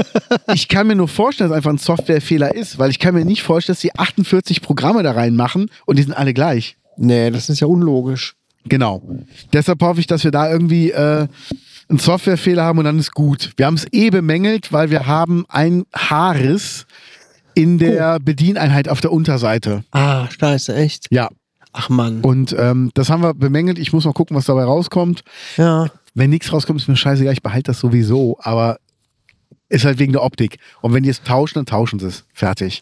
Ich kann mir nur vorstellen, dass es einfach ein Softwarefehler ist, weil ich kann mir nicht vorstellen, dass die achtundvierzig Programme da reinmachen und die sind alle gleich. Nee, das ist ja unlogisch. Genau. Deshalb hoffe ich, dass wir da irgendwie äh, einen Softwarefehler haben und dann ist gut. Wir haben es eh bemängelt, weil wir haben ein Haarriss in der Bedieneinheit auf der Unterseite. Ah, scheiße, echt? Ja. Ach Mann. Und ähm, das haben wir bemängelt. Ich muss mal gucken, was dabei rauskommt. Ja. Wenn nichts rauskommt, ist mir scheißegal, ich behalte das sowieso, aber ist halt wegen der Optik. Und wenn die es tauschen, dann tauschen sie es. Fertig.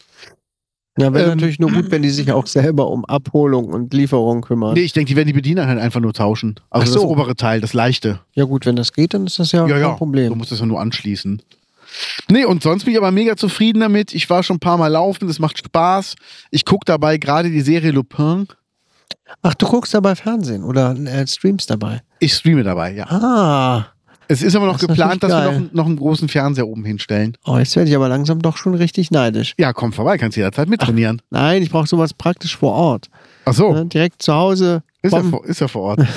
Ja, wäre Ähm, natürlich nur gut, wenn die sich auch selber um Abholung und Lieferung kümmern. Nee, ich denke, die werden die Bedieneinheit einfach nur tauschen. Also Ach so. das obere Teil, das leichte. Ja gut, wenn das geht, dann ist das ja, Ja, kein ja. Problem. Du musst das ja nur anschließen. Nee, und sonst bin ich aber mega zufrieden damit. Ich war schon ein paar Mal laufen, das macht Spaß. Ich gucke dabei gerade die Serie Lupin. Ach, du guckst dabei Fernsehen oder äh, streamst dabei? Ich streame dabei, ja. Ah. Es ist aber noch Das ist geplant, dass natürlich wir geil. noch, noch einen großen Fernseher oben hinstellen. Oh, jetzt werde ich aber langsam doch schon richtig neidisch. Ja, komm vorbei, kannst jederzeit mittrainieren. Nein, ich brauche sowas praktisch vor Ort. Ach so, Ne? Direkt zu Hause. ist, ja Bom. vor, ist ja vor Ort.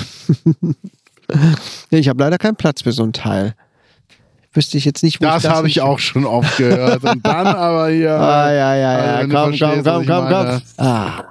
Nee, ich habe leider keinen Platz für so ein Teil. Wüsste ich jetzt nicht, wo Das ich das habe ich hinstelle. auch schon oft gehört. Und dann aber hier. Ah, ja, ja, Also, ja. wenn du komm, komm, verstehst, komm, was ich komm, komm. meine. Ah.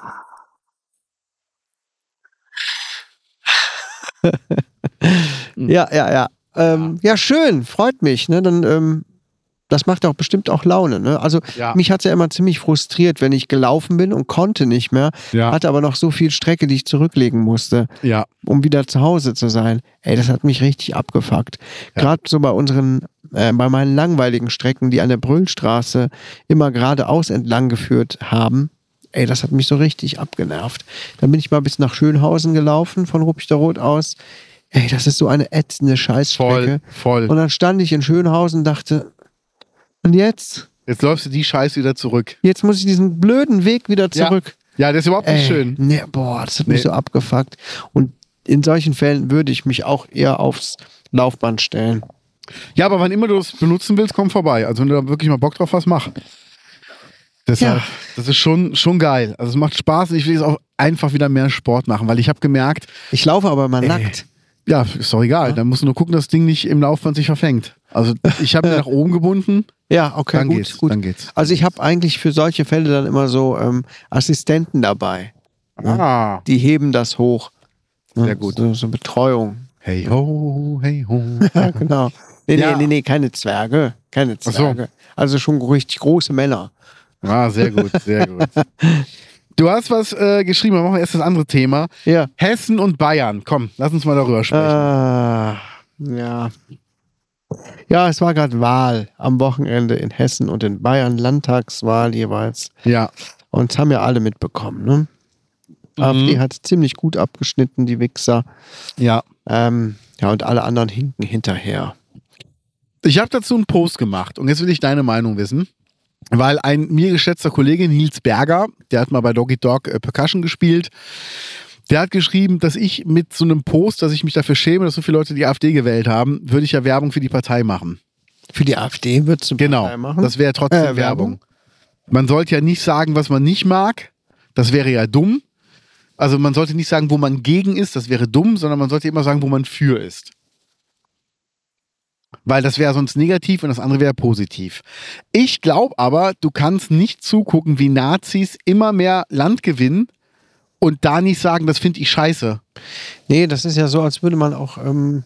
ja, ja, ja. Ähm, ja, schön, freut mich. Ne? Dann, ähm, das macht auch bestimmt auch Laune. Ne? Also Ja. mich hat es ja immer ziemlich frustriert, wenn ich gelaufen bin und konnte nicht mehr, Ja. hatte aber noch so viel Strecke, die ich zurücklegen musste, Ja, um wieder zu Hause zu sein. Ey, das hat mich richtig abgefuckt. Ja. Gerade so bei unseren, äh, bei meinen langweiligen Strecken, die an der Brüllstraße immer geradeaus entlang geführt haben, ey, das hat mich so richtig abgenervt. Dann bin ich mal bis nach Schönhausen gelaufen, von Ruppichteroth aus. Ey, das ist so eine ätzende Scheißstrecke. Voll, voll. Und dann stand ich in Schönhausen und dachte, und jetzt? Jetzt läufst du die Scheiße wieder zurück. Jetzt muss ich diesen blöden Weg wieder zurück. Ja, das ist überhaupt nicht Ey, schön. Nee, boah, das hat mich Nee. so abgefuckt. Und in solchen Fällen würde ich mich auch eher aufs Laufband stellen. Ja, aber wann immer du es benutzen willst, komm vorbei. Also wenn du da wirklich mal Bock drauf hast, mach. Deshalb, Ja. das ist schon, schon geil. Also es macht Spaß und ich will jetzt auch einfach wieder mehr Sport machen, weil ich habe gemerkt, Ich laufe aber mal nackt. ja, ist doch egal. Dann musst du nur gucken, dass das Ding nicht im Laufband sich verfängt. Also ich habe ihn nach oben gebunden, Ja, okay, dann gut, geht's, gut. dann geht's. Also ich habe eigentlich für solche Fälle dann immer so ähm, Assistenten dabei. Ah, Die heben das hoch. Ne? Sehr gut. So, so Betreuung. hey ho, hey ho. Ja, genau. Nee, Ja. nee, nee, nee, keine Zwerge. Keine Ach so. Zwerge. Also schon richtig große Männer. Ah, sehr gut, sehr gut. Du hast was äh, geschrieben, machen wir erst das andere Thema. Ja. Hessen und Bayern. Komm, lass uns mal darüber sprechen. Ah, ja. Ja, es war gerade Wahl am Wochenende in Hessen und in Bayern, Landtagswahl jeweils. Ja. Und das haben ja alle mitbekommen, ne? Mhm. AfD hat ziemlich gut abgeschnitten, die Wichser. Ja. Ähm, ja, und alle anderen hinken hinterher. Ich habe dazu einen Post gemacht und jetzt will ich deine Meinung wissen. Weil ein mir geschätzter Kollege, Nils Berger, der hat mal bei Doggy Dog äh, Percussion gespielt, der hat geschrieben, dass ich mit so einem Post, dass ich mich dafür schäme, dass so viele Leute die AfD gewählt haben, würde ich ja Werbung für die Partei machen. Für die AfD würdest du Genau, Partei machen? das wäre trotzdem Äh, Werbung. Werbung. Man sollte ja nicht sagen, was man nicht mag, das wäre ja dumm. Also man sollte nicht sagen, wo man gegen ist, das wäre dumm, sondern man sollte immer sagen, wo man für ist. Weil das wäre sonst negativ und das andere wäre positiv. Ich glaube aber, du kannst nicht zugucken, wie Nazis immer mehr Land gewinnen und da nicht sagen, das finde ich scheiße. Nee, das ist ja so, als würde man auch ähm,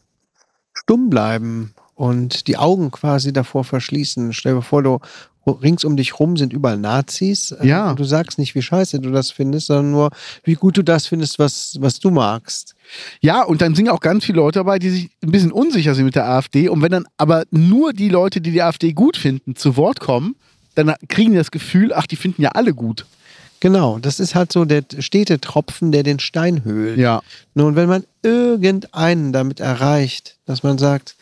stumm bleiben und die Augen quasi davor verschließen. Stell dir vor, du rings um dich rum sind überall Nazis. äh, Ja. Und du sagst nicht, wie scheiße du das findest, sondern nur, wie gut du das findest, was, was du magst. Ja, und dann sind auch ganz viele Leute dabei, die sich ein bisschen unsicher sind mit der AfD. Und wenn dann aber nur die Leute, die die AfD gut finden, zu Wort kommen, dann kriegen die das Gefühl, ach, die finden ja alle gut. Genau, das ist halt so der stete Tropfen, der den Stein höhlt. Ja. Nun, wenn man irgendeinen damit erreicht, dass man sagt,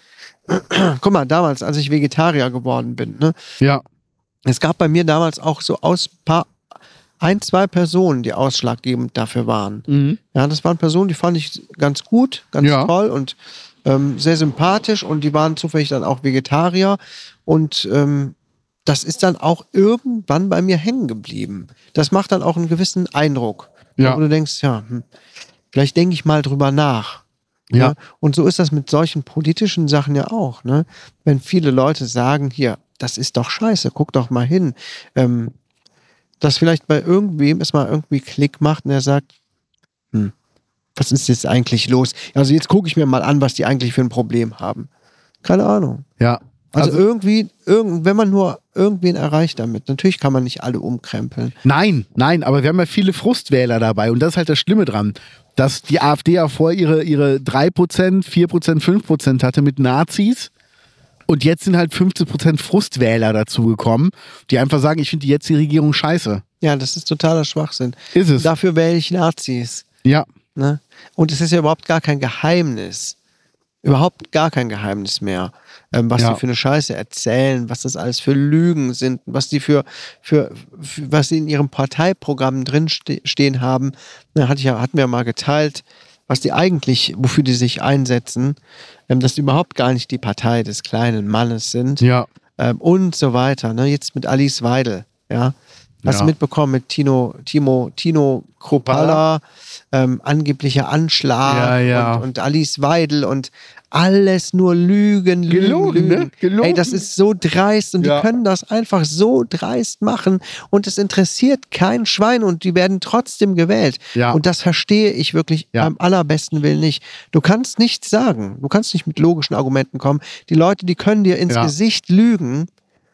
guck mal, damals, als ich Vegetarier geworden bin, ne, Ja. es gab bei mir damals auch so aus paar, ein, zwei Personen, die ausschlaggebend dafür waren. Mhm. Ja, das waren Personen, die fand ich ganz gut, ganz Ja. toll und ähm, sehr sympathisch und die waren zufällig dann auch Vegetarier und ähm, das ist dann auch irgendwann bei mir hängen geblieben. Das macht dann auch einen gewissen Eindruck. Ja. Wo du denkst, ja, hm, vielleicht denke ich mal drüber nach. Ja. Ne? Und so ist das mit solchen politischen Sachen ja auch. Ne? Wenn viele Leute sagen, hier, das ist doch scheiße, guck doch mal hin. Ähm, dass vielleicht bei irgendwem es mal irgendwie Klick macht und er sagt, hm, was ist jetzt eigentlich los? Also jetzt gucke ich mir mal an, was die eigentlich für ein Problem haben. Keine Ahnung. Ja. Also, Also- irgendwie, irgend, wenn man nur irgendwen erreicht damit, natürlich kann man nicht alle umkrempeln. Nein, nein, aber wir haben ja viele Frustwähler dabei und das ist halt das Schlimme dran, dass die AfD ja vorher ihre, ihre drei Prozent, vier Prozent, fünf Prozent hatte mit Nazis und jetzt sind halt fünfzehn Prozent Frustwähler dazugekommen, die einfach sagen, ich finde die jetzige Regierung scheiße. Ja, das ist totaler Schwachsinn. Ist es. Dafür wähle ich Nazis. Ja, Ne? Und es ist ja überhaupt gar kein Geheimnis. Überhaupt gar kein Geheimnis mehr, ähm, was Ja. die für eine Scheiße erzählen, was das alles für Lügen sind, was die für, für, für was sie in ihrem Parteiprogramm drin ste stehen haben. Da hatte ich ja, hatten wir mal geteilt, was die eigentlich, wofür die sich einsetzen, ähm, dass die überhaupt gar nicht die Partei des kleinen Mannes sind ja. ähm, und so weiter. Ne? Jetzt mit Alice Weidel, ja. Hast Ja. du mitbekommen mit Tino, Timo, Tino Kropala, ähm, angeblicher Anschlag Ja, ja. Und, und Alice Weidel und alles nur Lügen, Lügen, Gelogen, Lügen. ne? Gelogen. Ey, das ist so dreist und Ja. die können das einfach so dreist machen und es interessiert kein Schwein und die werden trotzdem gewählt. Ja. Und das verstehe ich wirklich Ja. beim allerbesten Willen nicht. Du kannst nichts sagen. Du kannst nicht mit logischen Argumenten kommen. Die Leute, die können dir ins Ja. Gesicht lügen.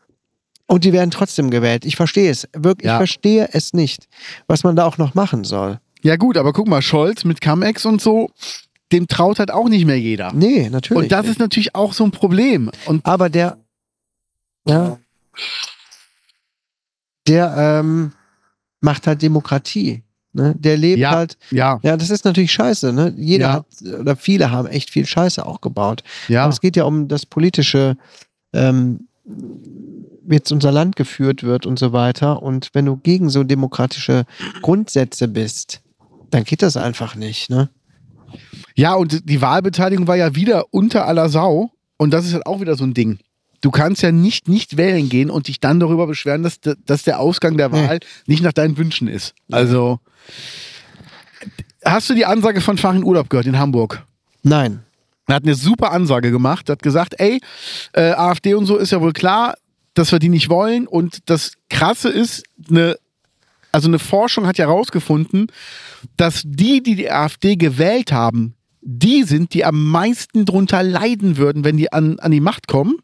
Und die werden trotzdem gewählt. Ich verstehe es. Wirklich, Ja. ich verstehe es nicht, was man da auch noch machen soll. Ja gut, aber guck mal, Scholz mit Cum-Ex und so, dem traut halt auch nicht mehr jeder. Nee, natürlich. Und das nicht. ist natürlich auch so ein Problem. Und Aber der, ja, der ähm, macht halt Demokratie. Ne? Der lebt Ja, halt. ja. Ja, das ist natürlich scheiße. Ne? Jeder Ja. hat, oder viele haben echt viel Scheiße auch gebaut. Ja. Aber es geht ja um das politische, ähm, wie jetzt unser Land geführt wird und so weiter. Und wenn du gegen so demokratische Grundsätze bist, dann geht das einfach nicht. Ne? Ja, und die Wahlbeteiligung war ja wieder unter aller Sau. Und das ist halt auch wieder so ein Ding. Du kannst ja nicht nicht wählen gehen und dich dann darüber beschweren, dass, dass der Ausgang der Wahl nicht nach deinen Wünschen ist. Also, hast du die Ansage von Farin Urlaub gehört in Hamburg? Nein. Er hat eine super Ansage gemacht, hat gesagt, ey, äh, AfD und so ist ja wohl klar, dass wir die nicht wollen. Und das Krasse ist, eine, also eine Forschung hat ja herausgefunden, dass die, die die AfD gewählt haben, die sind, die am meisten drunter leiden würden, wenn die an, an die Macht kommen.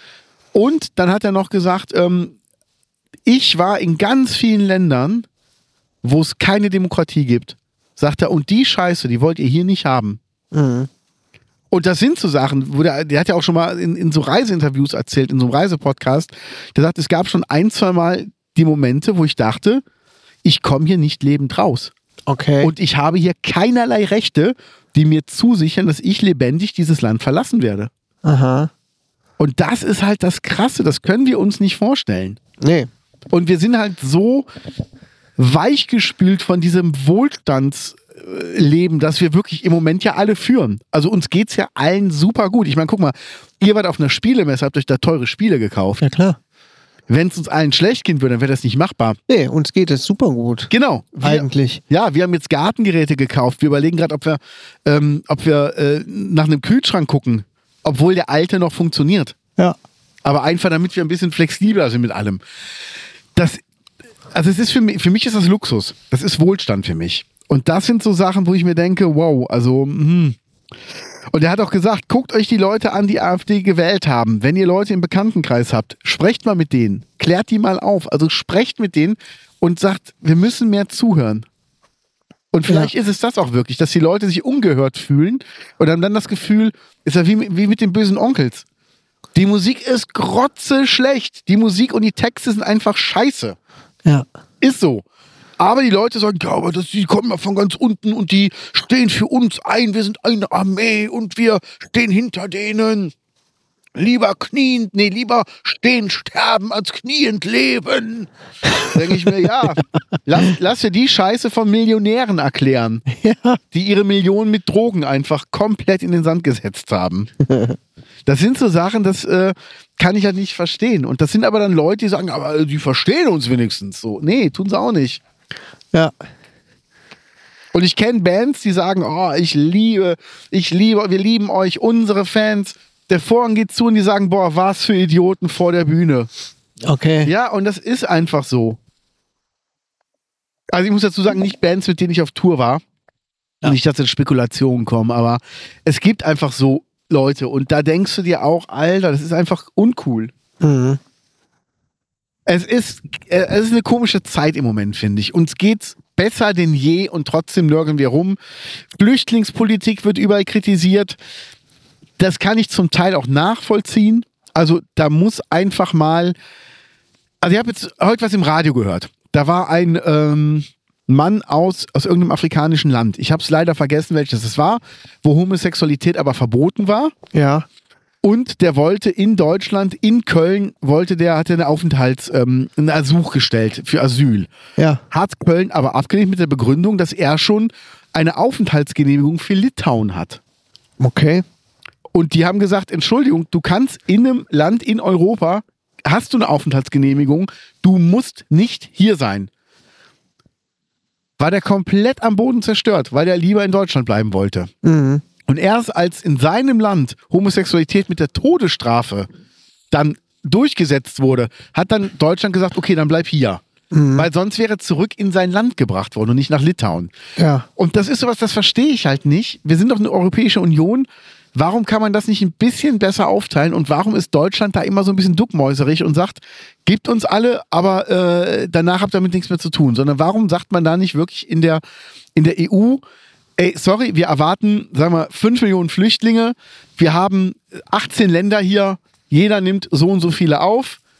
Und dann hat er noch gesagt, ähm, ich war in ganz vielen Ländern, wo es keine Demokratie gibt. Sagt er, und die Scheiße, die wollt ihr hier nicht haben. Mhm. Und das sind so Sachen, wo der, der hat ja auch schon mal in, in so Reiseinterviews erzählt, in so einem Reisepodcast, der sagt, es gab schon ein, zwei Mal die Momente, wo ich dachte, ich komme hier nicht lebend raus. Okay. Und ich habe hier keinerlei Rechte, die mir zusichern, dass ich lebendig dieses Land verlassen werde. Aha. Und das ist halt das Krasse, das können wir uns nicht vorstellen. Nee. Und wir sind halt so weichgespült von diesem Wohlstandsleben, das wir wirklich im Moment ja alle führen. Also uns geht's ja allen super gut. Ich meine, guck mal, ihr wart auf einer Spielemesse, habt euch da teure Spiele gekauft. Ja, klar. Wenn es uns allen schlecht gehen würde, dann wäre das nicht machbar. Nee, uns geht es super gut. Genau. Wir, Eigentlich. Ja, wir haben jetzt Gartengeräte gekauft. Wir überlegen gerade, ob wir, ähm, ob wir äh, nach einem Kühlschrank gucken, obwohl der alte noch funktioniert. Ja. Aber einfach, damit wir ein bisschen flexibler sind mit allem. Das, also es ist für mich, für mich ist das Luxus. Das ist Wohlstand für mich. Und das sind so Sachen, wo ich mir denke, wow, also, hm. Und er hat auch gesagt, guckt euch die Leute an, die AfD gewählt haben. Wenn ihr Leute im Bekanntenkreis habt, sprecht mal mit denen. Klärt die mal auf. Also sprecht mit denen und sagt, wir müssen mehr zuhören. Und vielleicht Ja. ist es das auch wirklich, dass die Leute sich ungehört fühlen und haben dann das Gefühl, ist ja wie, wie mit den bösen Onkels. Die Musik ist grotzeschlecht. Die Musik und die Texte sind einfach scheiße. Ja. Ist so. Aber die Leute sagen, ja, aber das, die kommen ja von ganz unten und die stehen für uns ein. Wir sind eine Armee und wir stehen hinter denen. Lieber knien, nee, lieber stehen, sterben, als kniend leben. Denke ich mir, ja, lass, lass dir die Scheiße von Millionären erklären, Ja. die ihre Millionen mit Drogen einfach komplett in den Sand gesetzt haben. Das sind so Sachen, das äh, kann ich halt nicht verstehen. Und das sind aber dann Leute, die sagen, aber die verstehen uns wenigstens so. Nee, tun sie auch nicht. Ja. Und ich kenne Bands, die sagen, oh, ich liebe, ich liebe, wir lieben euch, unsere Fans. Der Vorhang geht zu und die sagen, boah, was für Idioten vor der Bühne. Okay. Ja, und das ist einfach so. Also ich muss dazu sagen, nicht Bands, mit denen ich auf Tour war. Ja. Nicht, dass jetzt Spekulationen kommen, aber es gibt einfach so Leute und da denkst du dir auch, Alter, das ist einfach uncool. Mhm. Es ist, äh, es ist eine komische Zeit im Moment, finde ich. Uns geht's besser denn je und trotzdem nörgeln wir rum. Flüchtlingspolitik wird überall kritisiert. Das kann ich zum Teil auch nachvollziehen. Also da muss einfach mal... Also ich habe jetzt heute was im Radio gehört. Da war ein ähm, Mann aus, aus irgendeinem afrikanischen Land. Ich habe es leider vergessen, welches es war, wo Homosexualität aber verboten war. Ja. Und der wollte in Deutschland, in Köln, wollte der, hatte eine Aufenthalts-, ähm, einen Ersuch gestellt für Asyl. Ja. Hat Köln aber abgelehnt mit der Begründung, dass er schon eine Aufenthaltsgenehmigung für Litauen hat. Okay. Und die haben gesagt, Entschuldigung, du kannst in einem Land in Europa, hast du eine Aufenthaltsgenehmigung, du musst nicht hier sein. War der komplett am Boden zerstört, weil er lieber in Deutschland bleiben wollte. Mhm. Und erst als in seinem Land Homosexualität mit der Todesstrafe dann durchgesetzt wurde, hat dann Deutschland gesagt, okay, dann bleib hier. Mhm. Weil sonst wäre er zurück in sein Land gebracht worden und nicht nach Litauen. Ja. Und das ist sowas, das verstehe ich halt nicht. Wir sind doch eine Europäische Union. Warum kann man das nicht ein bisschen besser aufteilen und warum ist Deutschland da immer so ein bisschen duckmäuserig und sagt, gebt uns alle, aber äh, danach habt ihr damit nichts mehr zu tun, sondern warum sagt man da nicht wirklich in der, in der E U, ey, sorry, wir erwarten, sagen wir, fünf Millionen Flüchtlinge, wir haben achtzehn Länder hier, jeder nimmt so und so viele auf,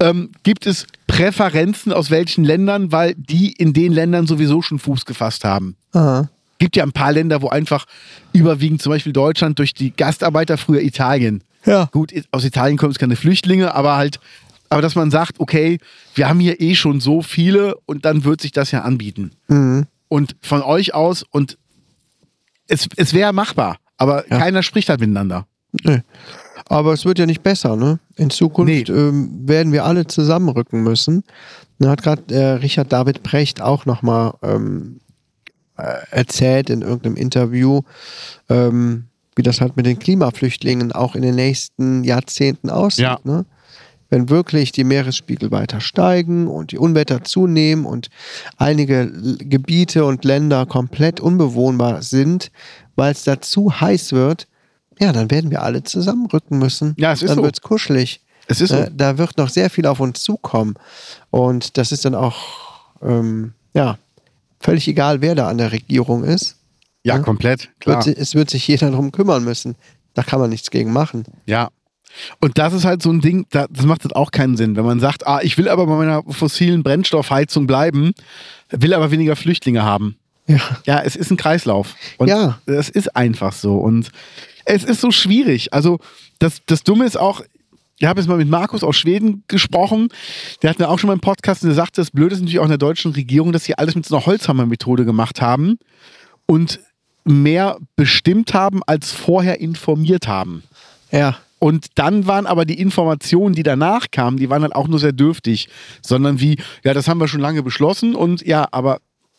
ähm, gibt es Präferenzen aus welchen Ländern, weil die in den Ländern sowieso schon Fuß gefasst haben. Aha. Gibt ja ein paar Länder, wo einfach überwiegend, zum Beispiel Deutschland, durch die Gastarbeiter, früher Italien. Ja. Gut, aus Italien kommen es keine Flüchtlinge, aber halt, aber dass man sagt, okay, wir haben hier eh schon so viele und dann wird sich das ja anbieten. Mhm. Und von euch aus, und es, es wäre machbar, aber Ja. keiner spricht halt miteinander. Nee. Aber es wird ja nicht besser, ne? In Zukunft Nee. ähm, werden wir alle zusammenrücken müssen. Da hat gerade äh, Richard David Precht auch nochmal ähm, äh, erzählt in irgendeinem Interview, ähm, wie das halt mit den Klimaflüchtlingen auch in den nächsten Jahrzehnten aussieht. Ja. Ne? Wenn wirklich die Meeresspiegel weiter steigen und die Unwetter zunehmen und einige L- Gebiete und Länder komplett unbewohnbar sind, weil es da zu heiß wird, ja, dann werden wir alle zusammenrücken müssen. Ja, es ist dann so. wird es kuschelig. Es ist so. Äh, da wird noch sehr viel auf uns zukommen. Und das ist dann auch, ähm, ja, völlig egal, wer da an der Regierung ist. Ja, Ja. komplett, Wird, klar. si- es wird sich jeder darum kümmern müssen. Da kann man nichts gegen machen. Ja. Und das ist halt so ein Ding, da- das macht jetzt auch keinen Sinn. Wenn man sagt, ah, ich will aber bei meiner fossilen Brennstoffheizung bleiben, will aber weniger Flüchtlinge haben. Ja. Ja, es ist ein Kreislauf. Und Ja. das ist einfach so. Und es ist so schwierig. Also das, das Dumme ist auch, ich habe jetzt mal mit Markus aus Schweden gesprochen, der hat mir auch schon mal einen Podcast und der sagte, das Blöde ist natürlich auch in der deutschen Regierung, dass sie alles mit so einer Holzhammer-Methode gemacht haben und mehr bestimmt haben, als vorher informiert haben. Ja. Und dann waren aber die Informationen, die danach kamen, die waren halt auch nur sehr dürftig, sondern wie, ja, das haben wir schon lange beschlossen und ja, aber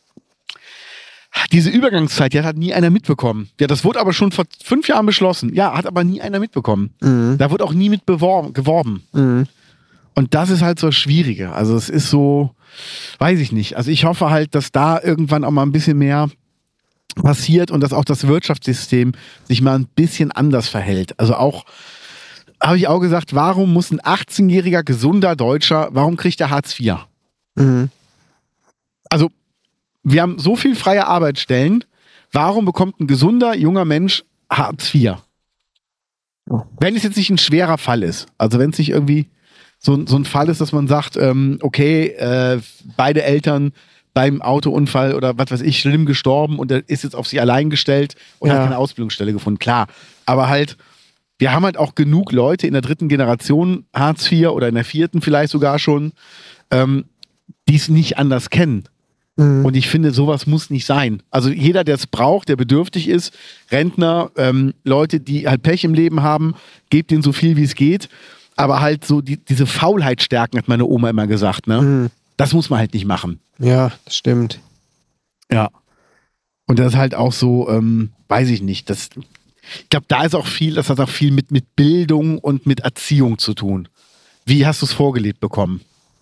diese Übergangszeit, die hat halt nie einer mitbekommen. Ja, das wurde aber schon vor fünf Jahren beschlossen. Ja, hat aber nie einer mitbekommen. Mhm. Da wurde auch nie mit beworben, geworben. Mhm. Und das ist halt so das Schwierige. Also es ist so, weiß ich nicht. Also ich hoffe halt, dass da irgendwann auch mal ein bisschen mehr passiert und dass auch das Wirtschaftssystem sich mal ein bisschen anders verhält. Also auch, habe ich auch gesagt, warum muss ein achtzehnjähriger gesunder Deutscher, warum kriegt er Hartz vier? Mhm. Also wir haben so viel freie Arbeitsstellen, warum bekommt ein gesunder junger Mensch Hartz vier? Oh. Wenn es jetzt nicht ein schwerer Fall ist, also wenn es nicht irgendwie so, so ein Fall ist, dass man sagt, ähm, okay, äh, beide Eltern beim Autounfall oder was weiß ich, schlimm gestorben und er ist jetzt auf sich allein gestellt und Ja. hat keine Ausbildungsstelle gefunden. Klar, aber halt, wir haben halt auch genug Leute in der dritten Generation Hartz vier oder in der vierten vielleicht sogar schon, ähm, die es nicht anders kennen. Mhm. Und ich finde, sowas muss nicht sein. Also jeder, der es braucht, der bedürftig ist, Rentner, ähm, Leute, die halt Pech im Leben haben, gebt ihnen so viel, wie es geht. Aber halt so die, diese Faulheit stärken, hat meine Oma immer gesagt. Ne? Mhm. Das muss man halt nicht machen. Ja, das stimmt. Ja. Und das ist halt auch so, ähm, weiß ich nicht. Das, ich glaube, da ist auch viel, das hat auch viel mit, mit Bildung und mit Erziehung zu tun. Wie hast du es vorgelebt bekommen?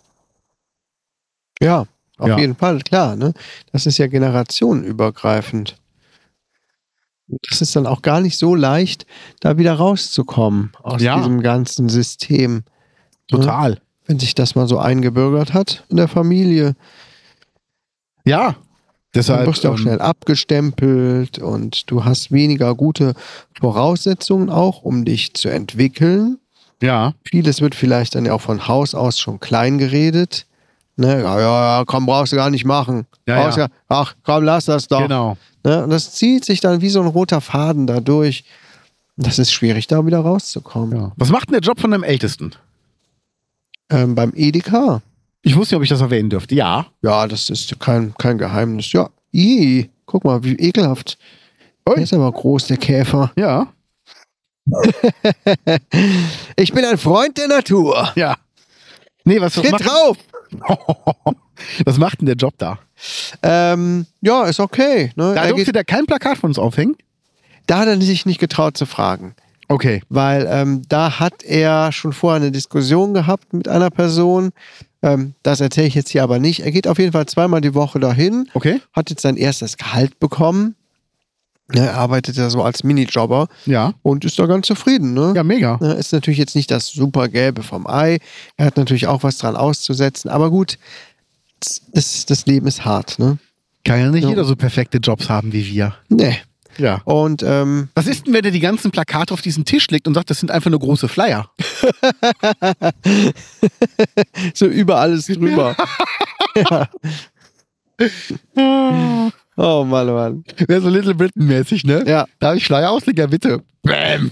Ja, auf Ja. jeden Fall, klar. Ne? Das ist ja generationenübergreifend. Das ist dann auch gar nicht so leicht, da wieder rauszukommen aus Ja. diesem ganzen System. Total. Wenn sich das mal so eingebürgert hat in der Familie, Ja. dann Deshalb, wirst du auch ähm, schnell abgestempelt und du hast weniger gute Voraussetzungen auch, um dich zu entwickeln. Ja. Vieles wird vielleicht dann ja auch von Haus aus schon klein geredet. Ne? Ja, ja, ja, komm, brauchst du gar nicht machen. Ja, Brauchst ja. gar- Ach, komm, lass das doch. Genau. Ne? Und das zieht sich dann wie so ein roter Faden dadurch. Das ist schwierig, da wieder rauszukommen. Ja. Was macht denn der Job von deinem Ältesten? Ähm, beim Edeka, Ich wusste nicht, ob ich das erwähnen dürfte. Ja. ja, das ist kein, kein Geheimnis. Ja, ii, guck mal, wie ekelhaft. Ui. Der ist aber groß, der Käfer. Ja. Ich bin ein Freund der Natur. Ja. Nee, was, was, Tritt macht, drauf! was macht denn der Job da? Ähm, ja, ist okay. Ne? Da Er durfte geht, der kein Plakat von uns aufhängen? da hat er sich nicht getraut zu fragen. Okay. Weil ähm, da hat er schon vorher eine Diskussion gehabt mit einer Person. Ähm, das erzähle ich jetzt hier aber nicht. Er geht auf jeden Fall zweimal die Woche dahin, Okay. hat jetzt sein erstes Gehalt bekommen. Ne, er arbeitet ja so als Minijobber Ja. und ist da ganz zufrieden. Ne? Ja, mega. Ne, ist natürlich jetzt nicht das super Gelbe vom Ei. Er hat natürlich auch was dran auszusetzen. Aber gut, das, das Leben ist hart. Ne? Kann ja nicht Ja. jeder so perfekte Jobs haben wie wir. Nee. Ja. Und ähm, Was ist denn, wenn er die ganzen Plakate auf diesen Tisch legt und sagt, das sind einfach nur große Flyer? so über alles drüber. ja. Oh Mann, oh Mann. Wäre so Little Britain-mäßig, ne? Ja. Darf ich Flyer auslegen? Ja, bitte. Bam.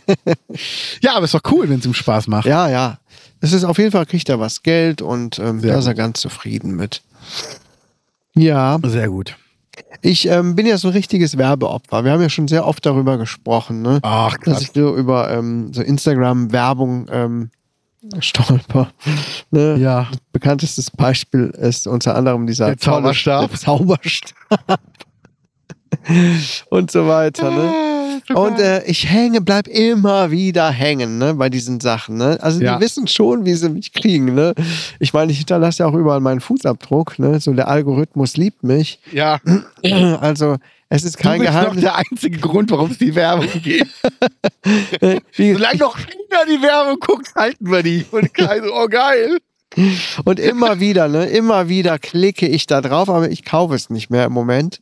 Ja, aber ist doch cool, wenn es ihm Spaß macht. Ja, ja. Es ist auf jeden Fall, kriegt er was Geld und ähm, Sehr da ist er gut. ganz zufrieden mit. Ja, Sehr gut. ich ähm, bin ja so ein richtiges Werbeopfer. Wir haben ja schon sehr oft darüber gesprochen, ne? Ach, Dass krass. ich so über ähm, so Instagram-Werbung ähm, stolper. Ne? Ja. Bekanntestes Beispiel ist unter anderem dieser Der Zauberstab. tolle- der Zauberstab. und so weiter. Ne? Und äh, ich hänge, bleib immer wieder hängen, ne, bei diesen Sachen. Ne? Also Ja. die wissen schon, wie sie mich kriegen. Ne? Ich meine, ich hinterlasse ja auch überall meinen Fußabdruck. Ne? So der Algorithmus liebt mich. Ja. Also es ist Du kein bist noch Geheimnis. der einzige Grund, warum es die Werbung gibt. Wie- Solange noch keiner die Werbung guckt, halten wir die. Und keiner so, oh geil. Und immer wieder, ne, immer wieder klicke ich da drauf, aber ich kaufe es nicht mehr im Moment.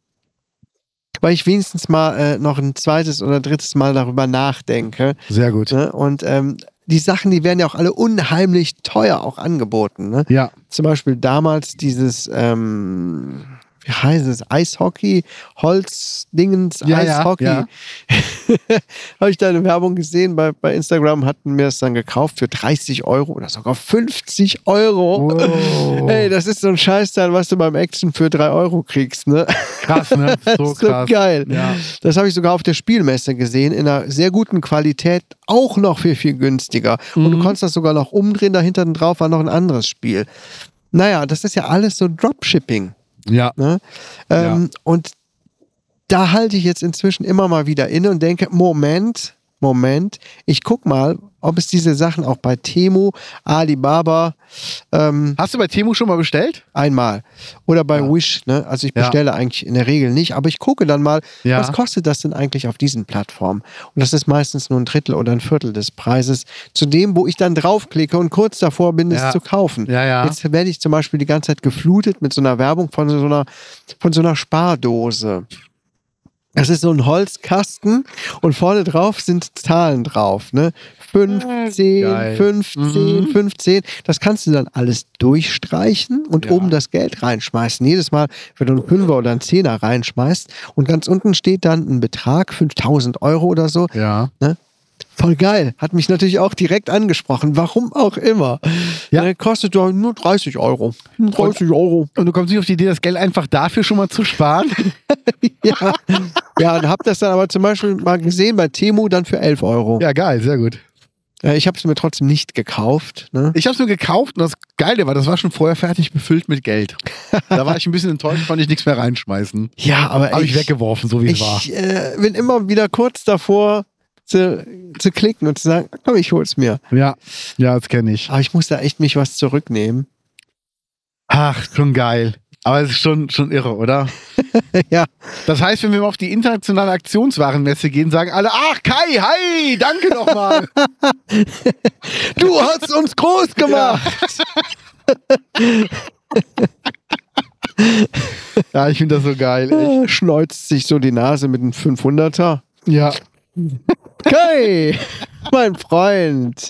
Weil ich wenigstens mal äh, noch ein zweites oder drittes Mal darüber nachdenke. Sehr gut. Ne? Und ähm, die Sachen, die werden ja auch alle unheimlich teuer auch angeboten. Ne? Ja. Zum Beispiel damals dieses, ähm, wie heißt es, Eishockey, Holzdingens, Ja, ja, Eishockey. ja. Habe ich da eine Werbung gesehen bei, bei Instagram, hatten mir das dann gekauft für dreißig Euro oder sogar fünfzig Euro. Wow. Ey, das ist so ein Scheißteil, was du beim Action für drei Euro kriegst, ne? Krass, ne? So Das ist so krass. geil. Ja. Das habe ich sogar auf der Spielmesse gesehen, in einer sehr guten Qualität, auch noch viel, viel günstiger. Und Mhm. du konntest das sogar noch umdrehen, dahinter drauf war noch ein anderes Spiel. Naja, das ist ja alles so Dropshipping. Ja. Ne? Ähm, Und da halte ich jetzt inzwischen immer mal wieder inne und denke, Moment, Moment, ich guck mal, ob es diese Sachen auch bei Temu, Alibaba, ähm, Hast du bei Temu schon mal bestellt? einmal. Oder bei Ja. Wish, ne? Also ich Ja. bestelle eigentlich in der Regel nicht, aber ich gucke dann mal, Ja. was kostet das denn eigentlich auf diesen Plattformen? Und das ist meistens nur ein Drittel oder ein Viertel des Preises zu dem, wo ich dann draufklicke und kurz davor bin, Ja. es zu kaufen. Ja, ja. Jetzt werde ich zum Beispiel die ganze Zeit geflutet mit so einer Werbung von so einer, von so einer Spardose. Das ist so ein Holzkasten und vorne drauf sind Zahlen drauf, ne? fünfzehn, Geil. fünfzehn, Mhm. fünfzehn. Das kannst du dann alles durchstreichen und Ja. oben das Geld reinschmeißen. Jedes Mal, wenn du einen Fünfer oder einen Zehner reinschmeißt und ganz unten steht dann ein Betrag, fünftausend Euro oder so. Ja. Voll geil. Hat mich natürlich auch direkt angesprochen. Warum auch immer. Ja. Ne, kostet doch nur dreißig Euro. dreißig Euro. Und du kommst nicht auf die Idee, das Geld einfach dafür schon mal zu sparen? Ja. Ja, und hab das dann aber zum Beispiel mal gesehen bei Temu dann für elf Euro. Ja, geil, sehr gut. Äh, Ich habe es mir trotzdem nicht gekauft. Ne? Ich habe es mir gekauft und das Geile war, das war schon vorher fertig befüllt mit Geld. Da war ich ein bisschen enttäuscht, konnte ich nichts mehr reinschmeißen. Ja, aber Habe ich weggeworfen, so wie es war. Ich äh, bin immer wieder kurz davor zu, zu klicken und zu sagen, komm, ich hol's mir. Ja, ja, das kenne ich. Aber ich muss da echt mich was zurücknehmen. Ach, schon geil. Aber es ist schon, schon irre, oder? Ja. Das heißt, wenn wir mal auf die internationale Aktionswarenmesse gehen, sagen alle, ach Kai, hi, danke nochmal. Du hast uns groß gemacht. Ja, ich finde das so geil. Echt. Äh, Schneuzt sich so die Nase mit einem fünfhunderter. Ja. Kai, mein Freund.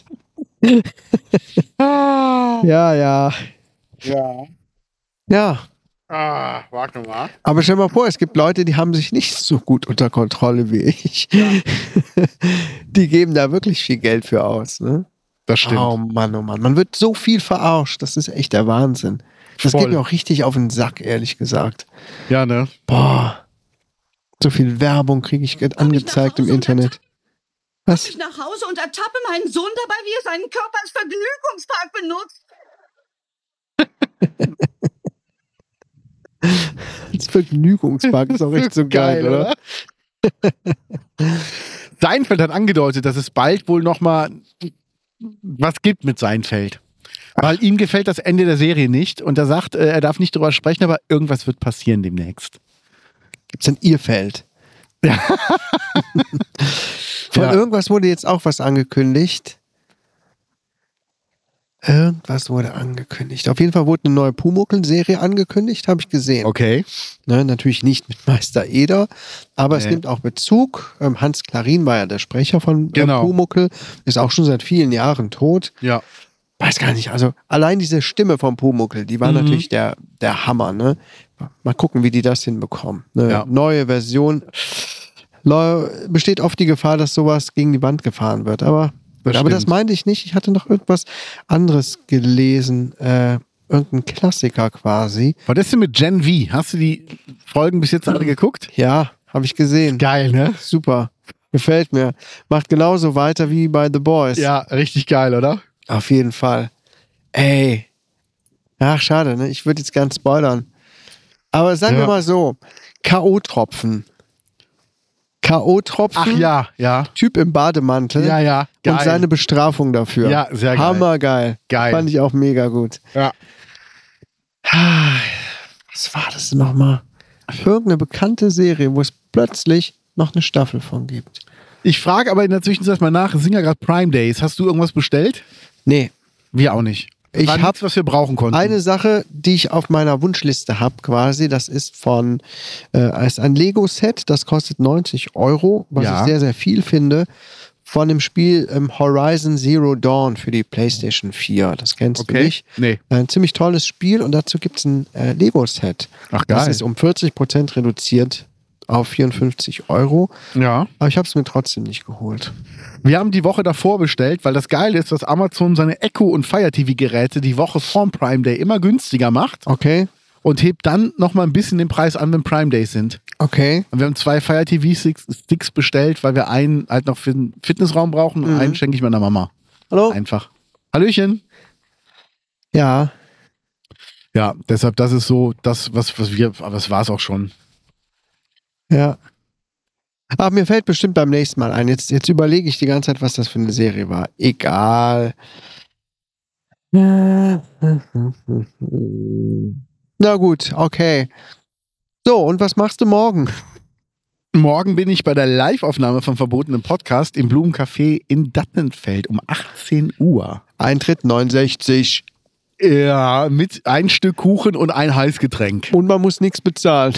Ja, ja. Ja. Ja. Ah, warte mal. Aber stell mal vor, es gibt Leute, die haben sich nicht so gut unter Kontrolle wie ich. Die geben da wirklich viel Geld für aus. Ne? Das stimmt. Oh Mann, oh Mann. Man wird so viel verarscht. Das ist echt der Wahnsinn. Das Voll. geht mir auch richtig auf den Sack, ehrlich gesagt. Ja, ne? Boah. So viel Werbung kriege ich angezeigt im Internet. Was? Ich nach Hause und ertappe meinen Sohn dabei, wie er seinen Körper als Vergnügungspark benutzt. Das Vergnügungspark ist auch echt so geil, Geil, oder? Seinfeld hat angedeutet, dass es bald wohl nochmal was gibt mit Seinfeld. Weil ihm gefällt das Ende der Serie nicht und er sagt, äh, er darf nicht drüber sprechen, aber irgendwas wird passieren demnächst. Gibt's ein Irrfeld? Ja. Von Ja. irgendwas wurde jetzt auch was angekündigt. Irgendwas wurde angekündigt. Auf jeden Fall wurde eine neue Pumuckl-Serie angekündigt, habe ich gesehen. Okay. Ne, natürlich nicht mit Meister Eder, aber Nee. es nimmt auch Bezug. Ähm, Hans Klarin war ja der Sprecher von äh, Genau. Pumuckl, ist auch schon seit vielen Jahren tot. Ja. Weiß gar nicht, also allein diese Stimme von Pumuckl, die war Mhm. natürlich der, der Hammer. Ne? Mal gucken, wie die das hinbekommen. Eine Ja. neue Version. Leu- Besteht oft die Gefahr, dass sowas gegen die Wand gefahren wird, aber Das aber das stimmt. meinte ich nicht. Ich hatte noch irgendwas anderes gelesen. Äh, irgendein Klassiker quasi. Was ist denn mit Gen V? Hast du die Folgen bis jetzt alle geguckt? Ja, habe ich gesehen. Geil, ne? Super. Gefällt mir. Macht genauso weiter wie bei The Boys. Ja, richtig geil, oder? Auf jeden Fall. Ey. Ach, schade, ne? Ich würde jetzt gern spoilern. Aber sagen Ja. wir mal so. K O-Tropfen. K O-Tropfen. Ach ja, ja. Typ im Bademantel. Ja, ja. Geil. Und seine Bestrafung dafür. Ja, sehr geil. Hammergeil. Geil. Fand ich auch mega gut. Ja. Was war das denn nochmal? Irgendeine bekannte Serie, wo es plötzlich noch eine Staffel von gibt. Ich frage aber in der Zwischenzeit mal nach, es sind ja gerade Prime Days. Hast du irgendwas bestellt? Nee. Wir auch nicht. Ich War hab nichts, was wir brauchen konnten. Eine Sache, die ich auf meiner Wunschliste habe, quasi, das ist von äh, ist ein Lego-Set, das kostet neunzig Euro, was Ja. ich sehr, sehr viel finde, von dem Spiel ähm, Horizon Zero Dawn für die PlayStation vier. Das kennst du Okay. nicht. Nee. Ein ziemlich tolles Spiel und dazu gibt es ein äh, Lego-Set. Ach, Das geil. ist um vierzig Prozent reduziert auf vierundfünfzig Euro. Ja. Aber ich habe es mir trotzdem nicht geholt. Wir haben die Woche davor bestellt, weil das Geile ist, dass Amazon seine Echo- und Fire T V-Geräte die Woche vorm Prime Day immer günstiger macht Okay, und hebt dann nochmal ein bisschen den Preis an, wenn Prime Days sind. okay. Und wir haben zwei Fire T V-Sticks bestellt, weil wir einen halt noch für den Fitnessraum brauchen und Mhm. einen schenke ich meiner Mama. Hallo? Einfach. Hallöchen. Ja, Ja, deshalb, das ist so das, was, was wir, aber das war es auch schon. ja. Aber mir fällt bestimmt beim nächsten Mal ein. Jetzt, jetzt überlege ich die ganze Zeit, was das für eine Serie war. Egal. Na gut, okay. So, und was machst du morgen? Morgen bin ich bei der Live-Aufnahme vom verbotenen Podcast im Blumencafé in Dattenfeld um achtzehn Uhr. Eintritt neunundsechzig. Ja, mit ein Stück Kuchen und ein Heißgetränk. Und man muss nichts bezahlen.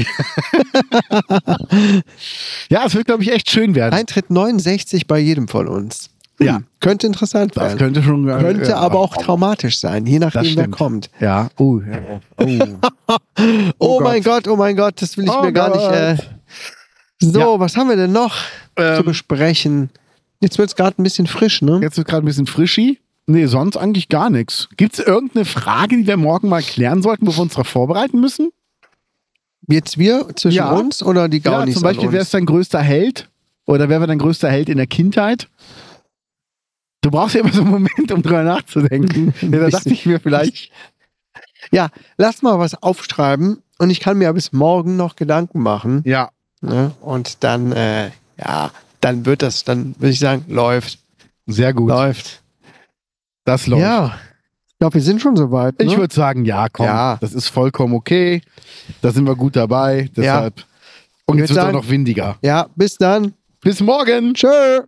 Ja, es wird, glaube ich, echt schön werden. Eintritt neunundsechzig bei jedem von uns. Ja. Könnte interessant Das sein. könnte schon. äh, Könnte ja. aber auch traumatisch sein, je Das nachdem, wer stimmt. kommt. Ja. Oh, ja. oh. Oh, Oh mein Gott, oh mein Gott, das will ich Oh mir gar Gott. nicht. Äh... So, Ja. was haben wir denn noch Ähm, zu besprechen? Jetzt wird es gerade ein bisschen frisch, ne? Jetzt ist gerade ein bisschen frischi. Nee, sonst eigentlich gar nichts. Gibt es irgendeine Frage, die wir morgen mal klären sollten, wo wir uns darauf vorbereiten müssen? Jetzt wir zwischen Ja. uns oder die Ja, Gaunis zum Beispiel, an wer uns? ist dein größter Held? Oder wer war dein größter Held in der Kindheit? Du brauchst ja immer so einen Moment, um drüber nachzudenken. Ja, da dachte ich mir vielleicht. Ja, lass mal was aufschreiben und ich kann mir ja bis morgen noch Gedanken machen. Ja, Ne? Und dann, äh, ja, dann wird das, dann würde ich sagen, läuft. sehr gut. Läuft. Das läuft. Ja, ich glaube, wir sind schon soweit. Ne? Ich würde sagen, ja, komm. Ja. Das ist vollkommen okay. Da sind wir gut dabei. Deshalb. Und Ich jetzt würd wird es auch sagen- noch windiger. Ja, bis dann. Bis morgen. Tschö.